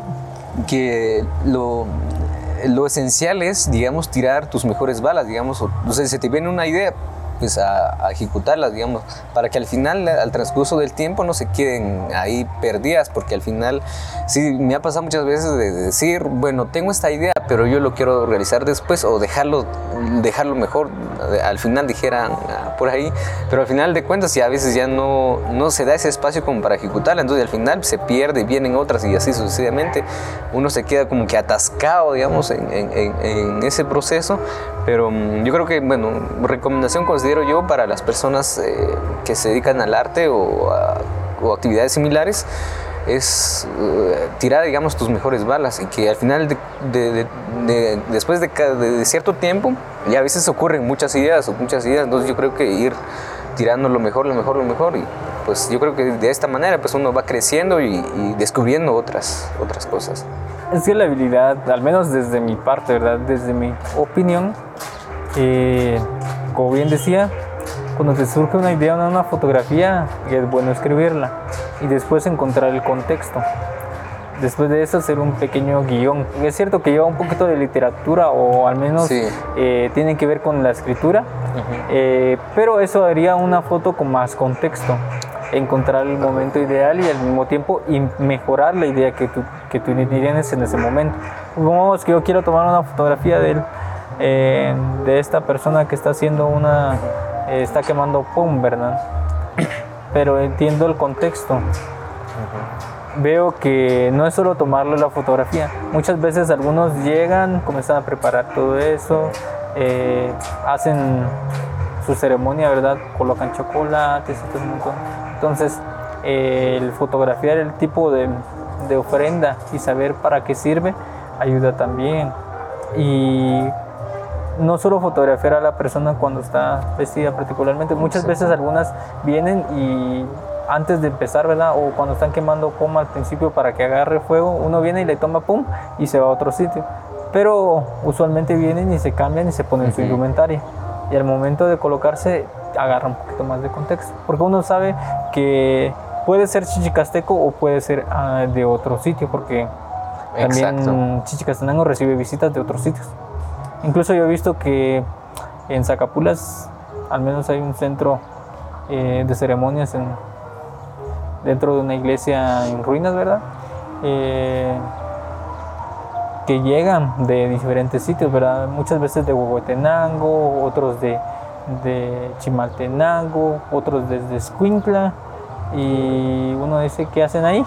que lo, lo esencial es, digamos, tirar tus mejores balas, digamos, o, o sea, se te viene una idea, pues a, a ejecutarlas, digamos, para que al final, al transcurso del tiempo, no se queden ahí perdidas, porque al final, sí, me ha pasado muchas veces de decir, bueno, tengo esta idea, pero yo lo quiero realizar después, o dejarlo, dejarlo mejor, al final dijeran por ahí, pero al final de cuentas, ya a veces ya no, no se da ese espacio como para ejecutarla, entonces al final se pierde, vienen otras y así sucesivamente, uno se queda como que atascado, digamos, en, en, en ese proceso, pero yo creo que, bueno, recomendación considero yo para las personas eh, que se dedican al arte o a o actividades similares es uh, tirar, digamos, tus mejores balas y que al final, de, de, de, de, después de, de cierto tiempo, ya a veces ocurren muchas ideas o muchas ideas, entonces yo creo que ir tirando lo mejor, lo mejor, lo mejor y pues yo creo que de esta manera pues uno va creciendo y, y descubriendo otras, otras cosas. Es que la habilidad, al menos desde mi parte, ¿verdad? Desde mi opinión, eh, como bien decía, cuando te surge una idea, una, una fotografía, es bueno escribirla y después encontrar el contexto. Después de eso hacer un pequeño guión. Es cierto que lleva un poquito de literatura o al menos sí. eh, tiene que ver con la escritura, uh-huh. eh, pero eso daría una foto con más contexto. Encontrar el momento ideal y al mismo tiempo y mejorar la idea que tú, que tú tienes en ese momento. Supongamos que yo quiero tomar una fotografía de, él, eh, de esta persona que está haciendo una... Eh, está quemando pum, ¿verdad? Pero entiendo el contexto. Uh-huh. Veo que no es solo tomarle la fotografía. Muchas veces algunos llegan, comienzan a preparar todo eso, eh, hacen su ceremonia, ¿verdad? Colocan chocolates y todo un montón. Entonces, eh, el fotografiar el tipo de, de ofrenda y saber para qué sirve ayuda también. Y no solo fotografiar a la persona cuando está vestida particularmente, muchas veces algunas vienen y antes de empezar, ¿verdad? O cuando están quemando pum al principio para que agarre fuego, uno viene y le toma pum y se va a otro sitio. Pero usualmente vienen y se cambian y se ponen uh-huh. su indumentaria. Y al momento de colocarse agarra un poquito más de contexto, porque uno sabe que puede ser Chichicasteco o puede ser uh, de otro sitio, porque también Exacto. Chichicastenango recibe visitas de otros sitios. Incluso yo he visto que en Zacapulas al menos hay un centro eh, de ceremonias en, dentro de una iglesia en ruinas, ¿verdad? Eh, que llegan de diferentes sitios, ¿verdad? Muchas veces de Huehuetenango, otros de, de Chimaltenango, otros desde Escuintla, y uno dice, ¿qué hacen ahí?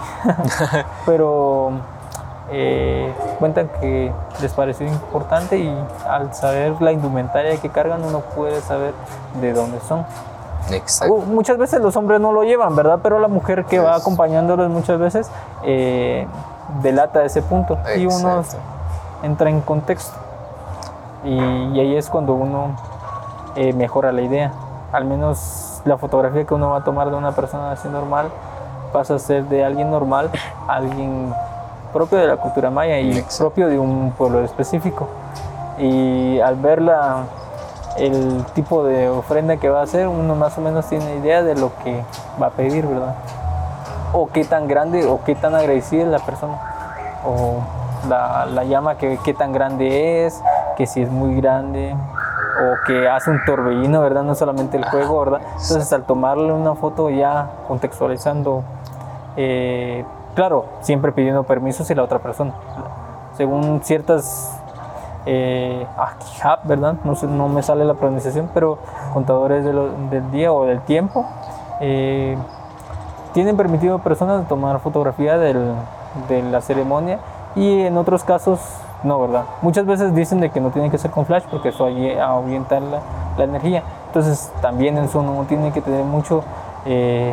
Pero eh, cuentan que les pareció importante y al saber la indumentaria que cargan uno puede saber de dónde son. Exacto. Uh, muchas veces los hombres no lo llevan, ¿verdad? Pero la mujer que va acompañándolos muchas veces eh, delata ese punto. Exacto. Y uno entra en contexto y, y ahí es cuando uno eh, mejora la idea. Al menos la fotografía que uno va a tomar de una persona así normal pasa a ser de alguien normal a alguien propio de la cultura maya y Exacto. propio de un pueblo específico. Y al ver la, el tipo de ofrenda que va a hacer, uno más o menos tiene idea de lo que va a pedir, ¿verdad? O qué tan grande o qué tan agradecida es la persona, o la, la llama que qué tan grande es, que si es muy grande o que hace un torbellino, ¿verdad? No solamente el juego, ¿verdad? Entonces al tomarle una foto ya contextualizando, eh, claro, siempre pidiendo permiso si la otra persona, según ciertas eh, Akihab, ¿verdad? No sé, no me sale la pronunciación, pero contadores de lo, del día o del tiempo eh, tienen permitido a personas tomar fotografía del, de la ceremonia, y en otros casos no, ¿verdad? Muchas veces dicen de que no tiene que ser con flash porque eso ahí ahuyenta la, la energía. Entonces también eso uno tiene que tener mucho eh,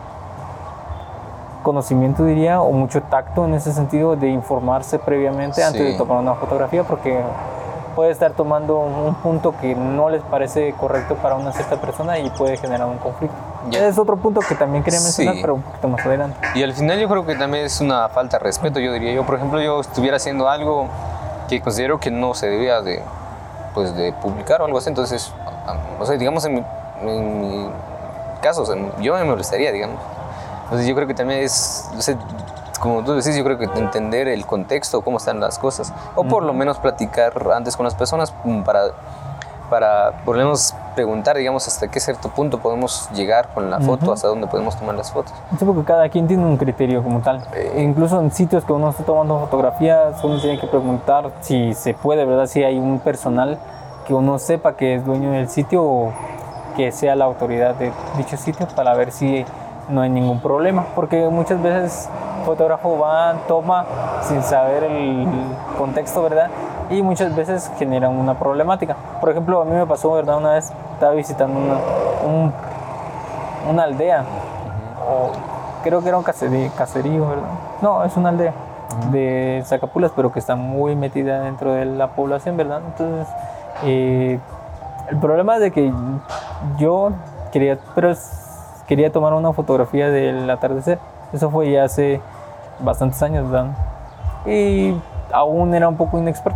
conocimiento, diría, o mucho tacto en ese sentido de informarse previamente sí. antes de tomar una fotografía, porque puede estar tomando un punto que no les parece correcto para una cierta persona y puede generar un conflicto. Yeah. Es otro punto que también quería mencionar, sí. pero un poquito más adelante. Y al final yo creo que también es una falta de respeto, yo diría. Yo, por ejemplo, yo estuviera haciendo algo que considero que no se debía de, pues, de publicar o algo así, entonces, o sea, digamos, en mi, en mi caso, o sea, yo me molestaría, digamos. Entonces yo creo que también es, o sea, como tú decís, yo creo que entender el contexto, cómo están las cosas, o por lo menos platicar antes con las personas para, para por lo menos preguntar, digamos, hasta qué cierto punto podemos llegar con la foto, uh-huh. hasta dónde podemos tomar las fotos. Sí, porque cada quien tiene un criterio como tal. Eh, Incluso en sitios que uno está tomando fotografías, uno tiene que preguntar si se puede, ¿verdad? Si hay un personal que uno sepa que es dueño del sitio o que sea la autoridad de dicho sitio para ver si no hay ningún problema, porque muchas veces el fotógrafo va, toma sin saber el contexto, ¿verdad? Y muchas veces generan una problemática. Por ejemplo, a mí me pasó, ¿verdad? Una vez estaba visitando una, un, una aldea, uh-huh. o creo que era un caserío, caserío, ¿verdad? No, es una aldea uh-huh. de Zacapulas, pero que está muy metida dentro de la población, ¿verdad? Entonces, eh, el problema es de que yo quería, pero es, quería tomar una fotografía del atardecer. Eso fue ya hace bastantes años, ¿verdad? Y aún era un poco inexperto.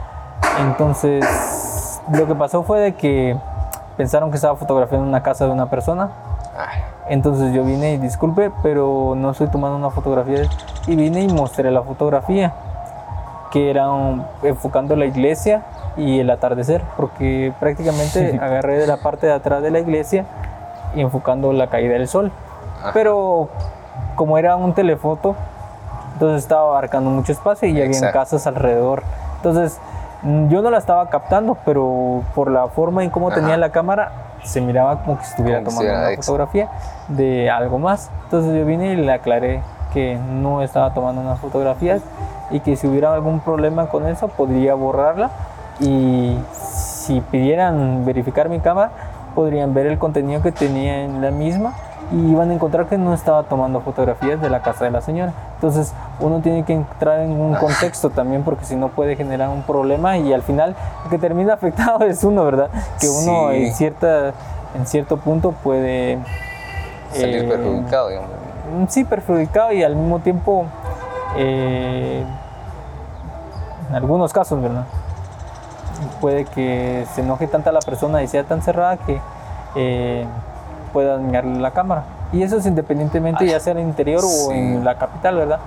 Entonces, lo que pasó fue de que pensaron que estaba fotografiando una casa de una persona. Entonces yo vine y disculpe, pero no estoy tomando una fotografía. Y vine y mostré la fotografía, que era un, enfocando la iglesia y el atardecer, porque prácticamente agarré de la parte de atrás de la iglesia y enfocando la caída del sol. Ajá. Pero como era un telefoto, entonces estaba abarcando mucho espacio y Exacto. había casas alrededor. Entonces yo no la estaba captando, pero por la forma en cómo Ajá. tenía la cámara, se miraba como que estuviera como tomando una fotografía de algo más. Entonces yo vine y le aclaré que no estaba tomando unas fotografías y que si hubiera algún problema con eso podría borrarla, y si pidieran verificar mi cámara podrían ver el contenido que tenía en la misma y iban a encontrar que no estaba tomando fotografías de la casa de la señora. Entonces uno tiene que entrar en un contexto también, porque si no puede generar un problema y al final el que termina afectado es uno, ¿verdad? Que uno sí. en, cierta, en cierto punto puede salir eh, perjudicado, digamos. Sí, perjudicado, y al mismo tiempo eh, en algunos casos, ¿verdad? Puede que se enoje tanta la persona y sea tan cerrada que eh, pueda dañarle la cámara. Y eso es independientemente Ay, ya sea en el interior sí. o en la capital, ¿verdad?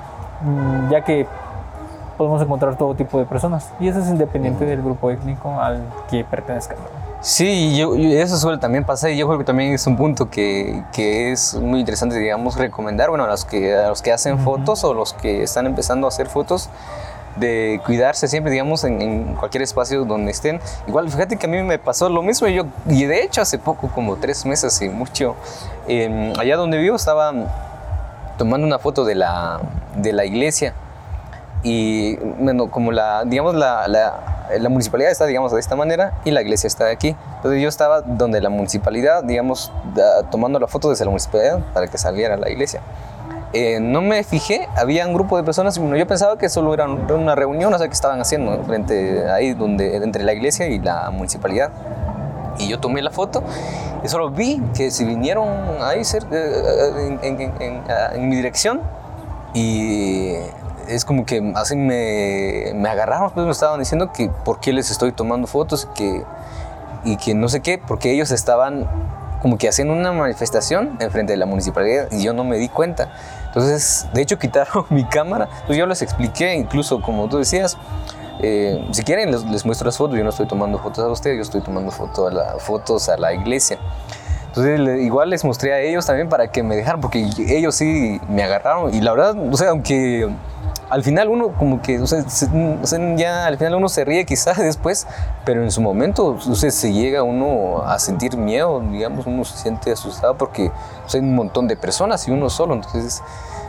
Ya que podemos encontrar todo tipo de personas. Y eso es independiente mm. del grupo étnico al que pertenezcan. Sí, yo, yo, eso suele también pasar, y yo creo que también es un punto que, que es muy interesante, digamos, recomendar, bueno, a los que, a los que hacen uh-huh. fotos o los que están empezando a hacer fotos, de cuidarse siempre, digamos, en, en cualquier espacio donde estén. Igual, fíjate que a mí me pasó lo mismo, y yo, y de hecho hace poco, como tres meses y mucho, eh, allá donde vivo estaba tomando una foto de la, de la iglesia, y bueno, como la, digamos, la, la, la municipalidad está, digamos, de esta manera y la iglesia está de aquí. Entonces yo estaba donde la municipalidad, digamos, da, tomando la foto desde la municipalidad para que saliera la iglesia. Eh, no me fijé, había un grupo de personas, bueno, yo pensaba que solo era una reunión, o sea, que estaban haciendo, ¿no? Frente ahí donde, entre la iglesia y la municipalidad. Y yo tomé la foto y solo vi que se vinieron ahí cerca, en, en, en, en, en mi dirección, y es como que así me, me agarraron, pues me estaban diciendo que por qué les estoy tomando fotos, que, y que no sé qué, porque ellos estaban como que haciendo una manifestación enfrente de la municipalidad y yo no me di cuenta. Entonces, de hecho, quitaron mi cámara. Entonces yo les expliqué, incluso como tú decías, eh, si quieren les, les muestro las fotos, yo no estoy tomando fotos a ustedes, yo estoy tomando foto a la, fotos a la iglesia. Entonces le, igual les mostré a ellos también para que me dejaran, porque ellos sí me agarraron, y la verdad, o sea, aunque al final uno como que, o sea, se, o sea, ya al final uno se ríe quizás después, pero en su momento, o sea, se llega uno a sentir miedo, digamos, uno se siente asustado porque, o sea, hay un montón de personas y uno solo. Entonces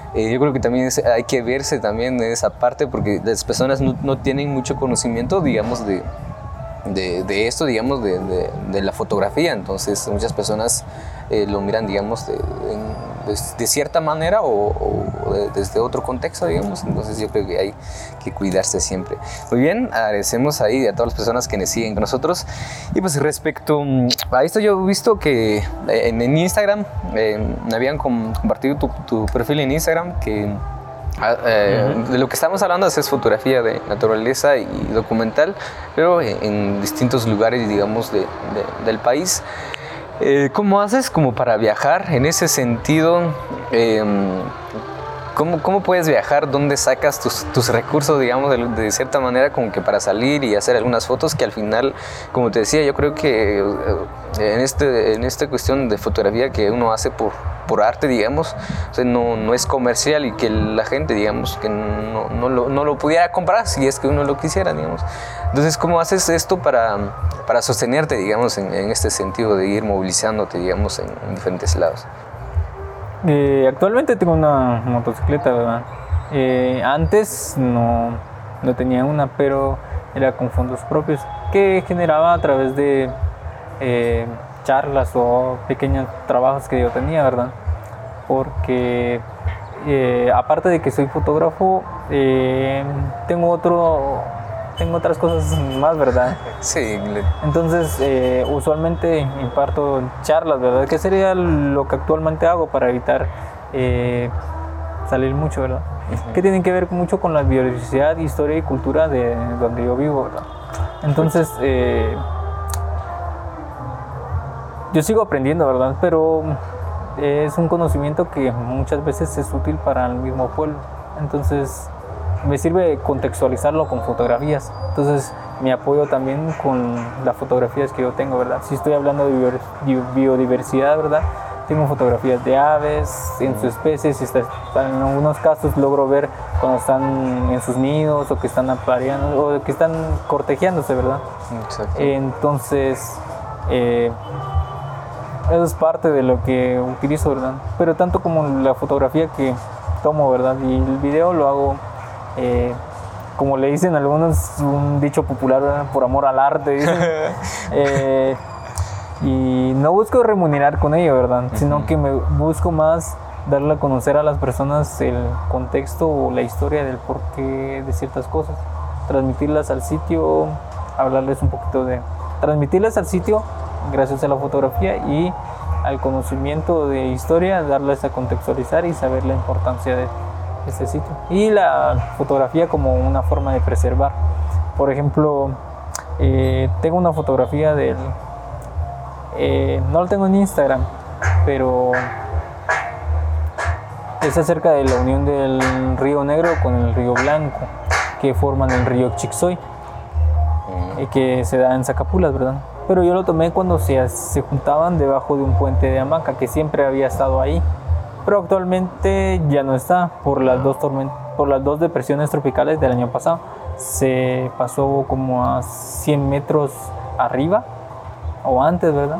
Eh, yo creo que también es, hay que verse también en esa parte porque las personas no, no tienen mucho conocimiento, digamos, de, de, de esto, digamos, de, de, de la fotografía. Entonces muchas personas eh, lo miran, digamos, de, en, de, de cierta manera o, o de, desde otro contexto, digamos. Entonces yo creo que hay que cuidarse siempre. Muy bien, agradecemos ahí a todas las personas que nos siguen con nosotros. Y pues respecto a esto, yo he visto que en, en Instagram eh, me habían com compartido tu, tu perfil en Instagram que Eh, uh-huh. de lo que estamos hablando es fotografía de naturaleza y documental, pero en, en distintos lugares, digamos, de, de, del país. Eh, ¿Cómo haces como para viajar en ese sentido? Eh, ¿cómo, ¿Cómo puedes viajar? ¿Dónde sacas tus, tus recursos, digamos, de, de cierta manera, como que para salir y hacer algunas fotos que al final, como te decía, yo creo que eh, en, este, en esta cuestión de fotografía que uno hace por por arte, digamos, o sea, no, no es comercial y que la gente, digamos, que no, no, lo, no lo pudiera comprar si es que uno lo quisiera, digamos. Entonces, ¿cómo haces esto para, para sostenerte, digamos, en, en este sentido de ir movilizándote, digamos, en, en diferentes lados? Eh, actualmente tengo una motocicleta, ¿verdad? Eh, antes no, no tenía una, pero era con fondos propios que generaba a través de eh, charlas o pequeños trabajos que yo tenía, ¿verdad? Porque eh, aparte de que soy fotógrafo, eh, tengo otro, tengo otras cosas más, ¿verdad? Sí. Entonces, eh, usualmente imparto charlas, ¿verdad? Que sería lo que actualmente hago para evitar eh, salir mucho, ¿verdad? Uh-huh. Que tienen que ver mucho con la biodiversidad, historia y cultura de donde yo vivo, ¿verdad? Entonces, eh, yo sigo aprendiendo, ¿verdad? Pero es un conocimiento que muchas veces es útil para el mismo pueblo. Entonces, me sirve contextualizarlo con fotografías. Entonces, me apoyo también con las fotografías que yo tengo, ¿verdad? Si estoy hablando de biodiversidad, ¿verdad? Tengo fotografías de aves en sus especies. En algunos casos logro ver cuando están en sus nidos o que están apareando o que están cortejándose, ¿verdad? Exacto. Entonces, eh, eso es parte de lo que utilizo, ¿verdad? Pero tanto como la fotografía que tomo, ¿verdad? Y el video lo hago, eh, como le dicen algunos, un dicho popular, ¿verdad? Por amor al arte, dicen. eh, y no busco remunerar con ello, ¿verdad? Uh-huh. Sino que me busco más darle a conocer a las personas el contexto o la historia del porqué de ciertas cosas. Transmitirlas al sitio, hablarles un poquito de... Transmitirles al sitio gracias a la fotografía y al conocimiento de historia, darles a contextualizar y saber la importancia de este sitio. Y la fotografía como una forma de preservar. Por ejemplo, eh, tengo una fotografía del... Eh, no lo tengo en Instagram, pero es acerca de la unión del río Negro con el río Blanco, que forman el río Chixoy, eh, que se da en Zacapulas, ¿verdad? Pero yo lo tomé cuando se, se juntaban debajo de un puente de hamaca que siempre había estado ahí, pero actualmente ya no está por las dos tormentas, por las dos depresiones tropicales del año pasado. Se pasó como a cien metros arriba o antes, ¿verdad?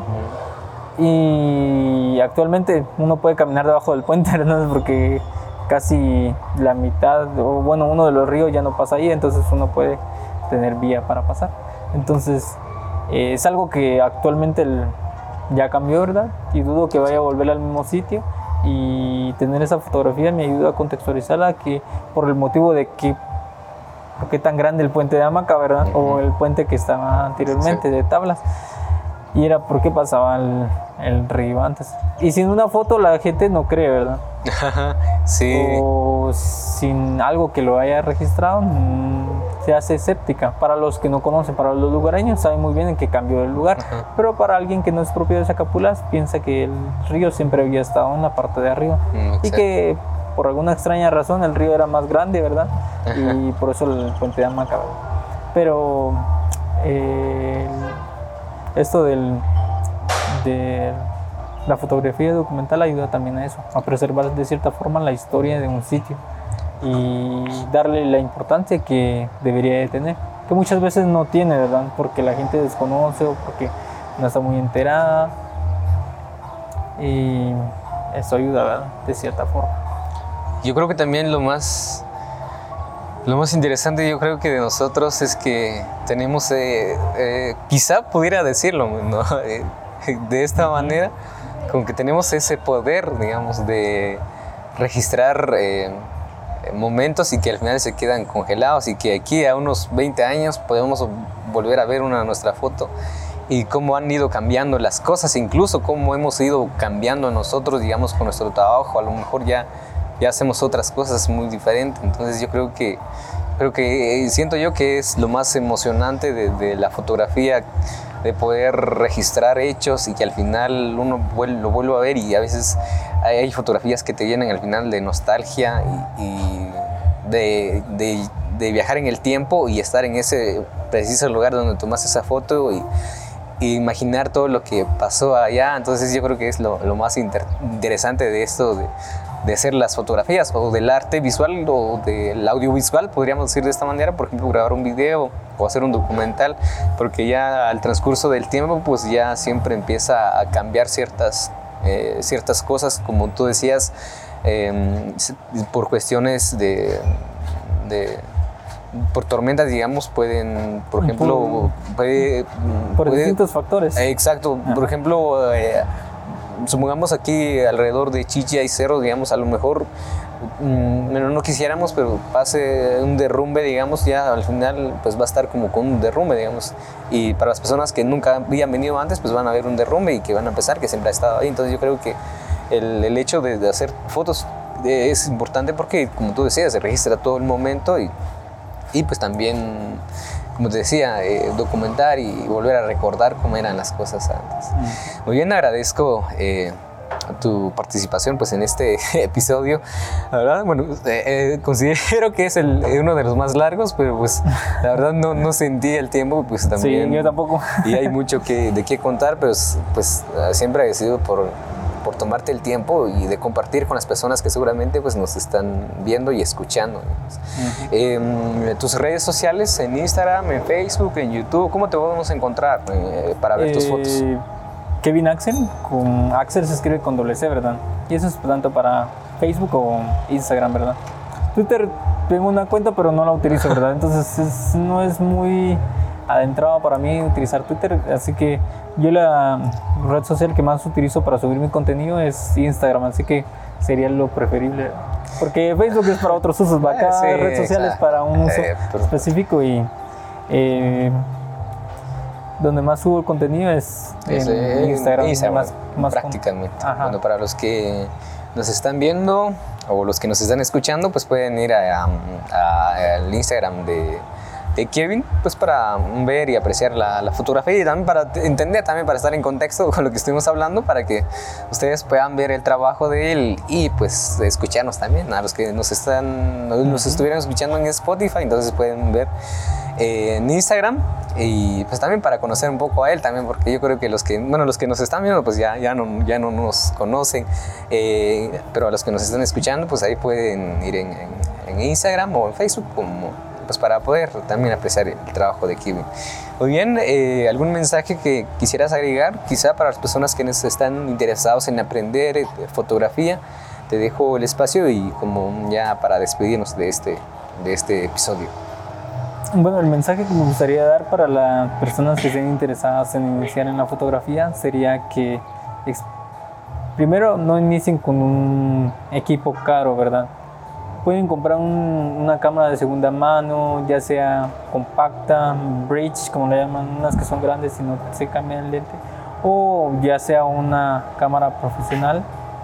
Y actualmente uno puede caminar debajo del puente, ¿verdad? Porque casi la mitad, o bueno, uno de los ríos ya no pasa ahí, entonces uno puede tener vía para pasar. Entonces eh, es algo que actualmente el, ya cambió, ¿verdad? Y dudo que vaya a volver al mismo sitio, y tener esa fotografía me ayuda a contextualizarla, que por el motivo de que por qué tan grande el puente de hamaca, ¿verdad? Uh-huh. O el puente que estaba anteriormente, sí, de tablas. Y era porque pasaba el, el río antes. Y sin una foto la gente no cree, ¿verdad? Sí. O sin algo que lo haya registrado, mmm, se hace escéptica. Para los que no conocen, para los lugareños saben muy bien en qué cambió el lugar. Uh-huh. Pero para alguien que no es propio de Zacapulas, piensa que el río siempre había estado en la parte de arriba. Mm, y que por alguna extraña razón el río era más grande, ¿verdad? Uh-huh. Y por eso el puente de hamaca, ¿verdad? Pero eh, esto del, de la fotografía documental ayuda también a eso, a preservar de cierta forma la historia de un sitio y darle la importancia que debería de tener, que muchas veces no tiene, ¿verdad? Porque la gente desconoce o porque no está muy enterada, y eso ayuda, ¿verdad? De cierta forma. yo creo que también lo más, lo más interesante yo creo que de nosotros es que tenemos, eh, eh, quizá pudiera decirlo, ¿no? De esta manera, como que tenemos ese poder, digamos, de registrar eh, momentos y que al final se quedan congelados y que aquí a unos veinte años podemos volver a ver una nuestra foto y cómo han ido cambiando las cosas, incluso cómo hemos ido cambiando nosotros, digamos, con nuestro trabajo. A lo mejor ya, ya hacemos otras cosas muy diferentes. Entonces yo creo que, creo que siento yo que es lo más emocionante de, de la fotografía, de poder registrar hechos y que al final uno vuel- lo vuelva a ver, y a veces hay, hay fotografías que te llenan al final de nostalgia y, y de, de, de viajar en el tiempo y estar en ese preciso lugar donde tomaste esa foto y, y imaginar todo lo que pasó allá. Entonces yo creo que es lo, lo más inter- interesante de esto, de, de hacer las fotografías o del arte visual o del audiovisual, podríamos decir de esta manera. Por ejemplo, grabar un video o hacer un documental, porque ya al transcurso del tiempo pues ya siempre empieza a cambiar ciertas, eh, ciertas cosas, como tú decías, eh, por cuestiones de, de por tormentas, digamos, pueden, por ejemplo, por, puede, por puede, distintos factores. Eh, exacto, ah. Por ejemplo, eh, supongamos aquí alrededor de Chichi hay cerros, digamos, a lo mejor mmm, no, no quisiéramos, pero pase un derrumbe, digamos, ya al final pues va a estar como con un derrumbe, digamos, y para las personas que nunca habían venido antes pues van a ver un derrumbe y que van a pensar que siempre ha estado ahí. Entonces yo creo que el, el hecho de, de hacer fotos de, es importante porque, como tú decías, se registra todo el momento y, y pues también, como te decía, eh, documentar y volver a recordar cómo eran las cosas antes. Mm. Muy bien, agradezco eh, tu participación pues en este episodio. La verdad, bueno, eh, eh, considero que es el, uno de los más largos, pero pues la verdad no, no sentí el tiempo, pues también. Sí, yo tampoco. Y hay mucho que, de qué contar, pero pues siempre agradecido por, por tomarte el tiempo y de compartir con las personas que seguramente pues nos están viendo y escuchando. Uh-huh. eh, tus redes sociales, en Instagram, en Facebook, en YouTube, ¿cómo te podemos encontrar eh, para ver eh, tus fotos? Kevin Axel, con Axel se escribe con doble C, ¿verdad? Y eso es tanto para Facebook o Instagram, ¿verdad? Twitter tengo una cuenta, pero no la utilizo, ¿verdad? Entonces es, no es muy adentrado para mí utilizar Twitter, así que yo la red social que más utilizo para subir mi contenido es Instagram, así que sería lo preferible, porque Facebook es para otros usos, va cada sí, red social es para un uso eh, pero... específico, y eh, donde más subo el contenido es, es en eh, Instagram, Instagram más, más prácticamente. Bueno, para los que nos están viendo o los que nos están escuchando, pues pueden ir a, a, a, al Instagram de de Kevin, pues para ver y apreciar la, la fotografía y también para entender, también para estar en contexto con lo que estuvimos hablando, para que ustedes puedan ver el trabajo de él y pues escucharnos también, a los que nos están, nos estuvieran escuchando en Spotify, entonces pueden ver eh, en Instagram, y pues también para conocer un poco a él también, porque yo creo que los que, bueno, los que nos están viendo pues ya, ya, no, ya no nos conocen, eh, pero a los que nos están escuchando pues ahí pueden ir en, en, en Instagram o en Facebook como pues para poder también apreciar el trabajo de Kevin. Muy bien, eh, ¿algún mensaje que quisieras agregar? Quizá para las personas que están interesados en aprender eh, fotografía, te dejo el espacio y como ya para despedirnos de este, de este episodio. Bueno, el mensaje que me gustaría dar para las personas que estén interesadas en iniciar en la fotografía sería que primero no inicien con un equipo caro, ¿verdad? Pueden comprar un, una cámara de segunda mano, ya sea compacta, bridge, como le llaman, unas que son grandes y no se cambian el lente, o ya sea una cámara profesional,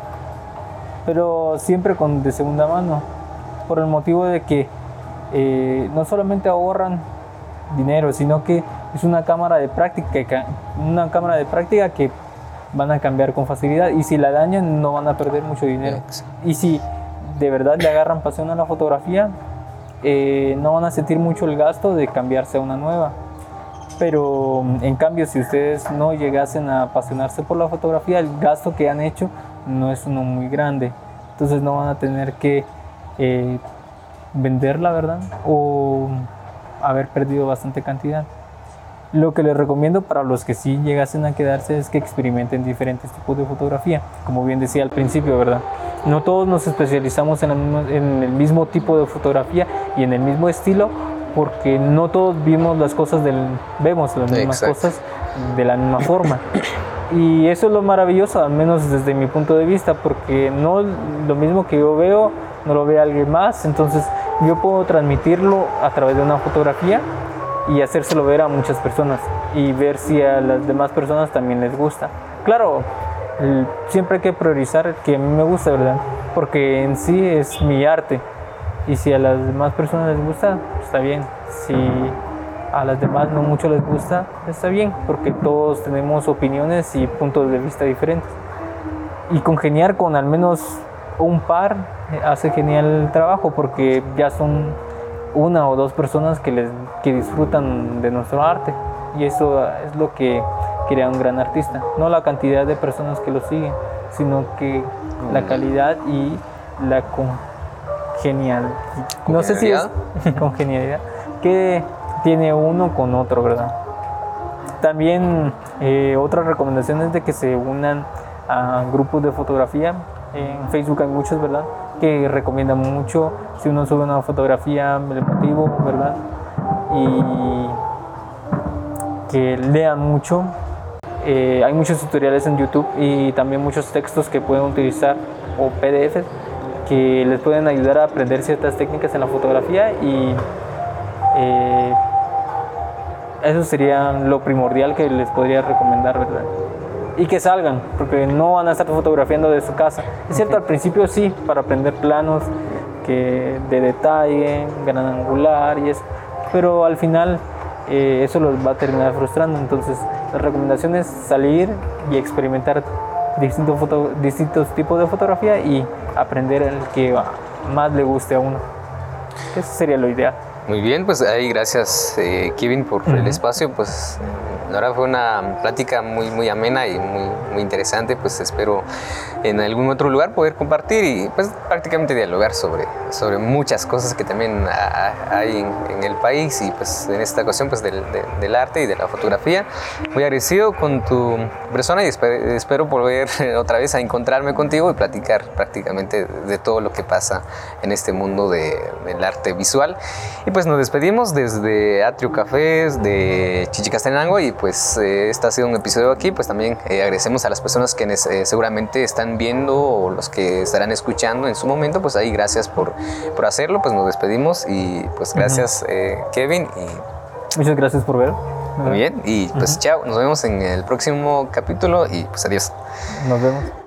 pero siempre con de segunda mano, por el motivo de que eh, no solamente ahorran dinero, sino que es una cámara de práctica, una cámara de práctica que van a cambiar con facilidad, y si la dañan no van a perder mucho dinero. Y si de verdad le agarran pasión a la fotografía, eh, no van a sentir mucho el gasto de cambiarse a una nueva. Pero en cambio, si ustedes no llegasen a apasionarse por la fotografía, el gasto que han hecho no es uno muy grande, entonces no van a tener que eh, venderla, ¿verdad? O haber perdido bastante cantidad. Lo que les recomiendo para los que sí llegasen a quedarse es que experimenten diferentes tipos de fotografía. Como bien decía al principio, ¿verdad? No todos nos especializamos en, la misma, en el mismo tipo de fotografía y en el mismo estilo, porque no todos vimos las cosas del, vemos las mismas Exacto. cosas de la misma forma. Y eso es lo maravilloso, al menos desde mi punto de vista, porque no lo mismo que yo veo, no lo ve alguien más. Entonces yo puedo transmitirlo a través de una fotografía y hacérselo ver a muchas personas y ver si a las demás personas también les gusta. Claro, el, siempre hay que priorizar que a mí me gusta, ¿verdad? Porque en sí es mi arte, y si a las demás personas les gusta, está bien. Si a las demás no mucho les gusta, está bien, porque todos tenemos opiniones y puntos de vista diferentes. Y congeniar con al menos un par hace genial el trabajo, porque ya son una o dos personas que, les, que disfrutan de nuestro arte, y eso es lo que crea un gran artista, no la cantidad de personas que lo siguen, sino que la calidad y la congenialidad, no sé si es congenialidad que tiene uno con otro, ¿verdad? También eh, otra recomendación es de que se unan a grupos de fotografía. En Facebook hay muchos, ¿verdad?, que recomiendan mucho. Si uno sube una fotografía, el motivo, ¿verdad?, y que lean mucho. Eh, hay muchos tutoriales en YouTube y también muchos textos que pueden utilizar, o P D Fs, que les pueden ayudar a aprender ciertas técnicas en la fotografía, y eh, eso sería lo primordial que les podría recomendar, ¿verdad? Y que salgan, porque no van a estar fotografiando de su casa. Es cierto, al principio sí, para aprender planos que de detalle, gran angular y eso, pero al final eh, eso los va a terminar frustrando. Entonces la recomendación es salir y experimentar distintos, foto, distintos tipos de fotografía y aprender el que más le guste a uno. Eso sería lo ideal. Muy bien, pues ahí gracias eh, Kevin por uh-huh. el espacio. Pues la verdad fue una plática muy muy amena y muy, muy interesante. Pues espero en algún otro lugar poder compartir y pues prácticamente dialogar sobre, sobre muchas cosas que también hay en, en el país, y pues en esta ocasión pues del, de, del arte y de la fotografía. Muy agradecido con tu persona y espero, espero volver otra vez a encontrarme contigo y platicar prácticamente de todo lo que pasa en este mundo de, del arte visual. Y pues nos despedimos desde Atrio Cafés de Chichicastenango, y pues eh, este ha sido un episodio aquí. Pues también eh, agradecemos a las personas que eh, seguramente están viendo o los que estarán escuchando en su momento. Pues ahí gracias por, por hacerlo. Pues nos despedimos y pues gracias uh-huh. eh, Kevin. Y muchas gracias por ver. Muy bien, y pues uh-huh. chao, nos vemos en el próximo capítulo y pues adiós. Nos vemos.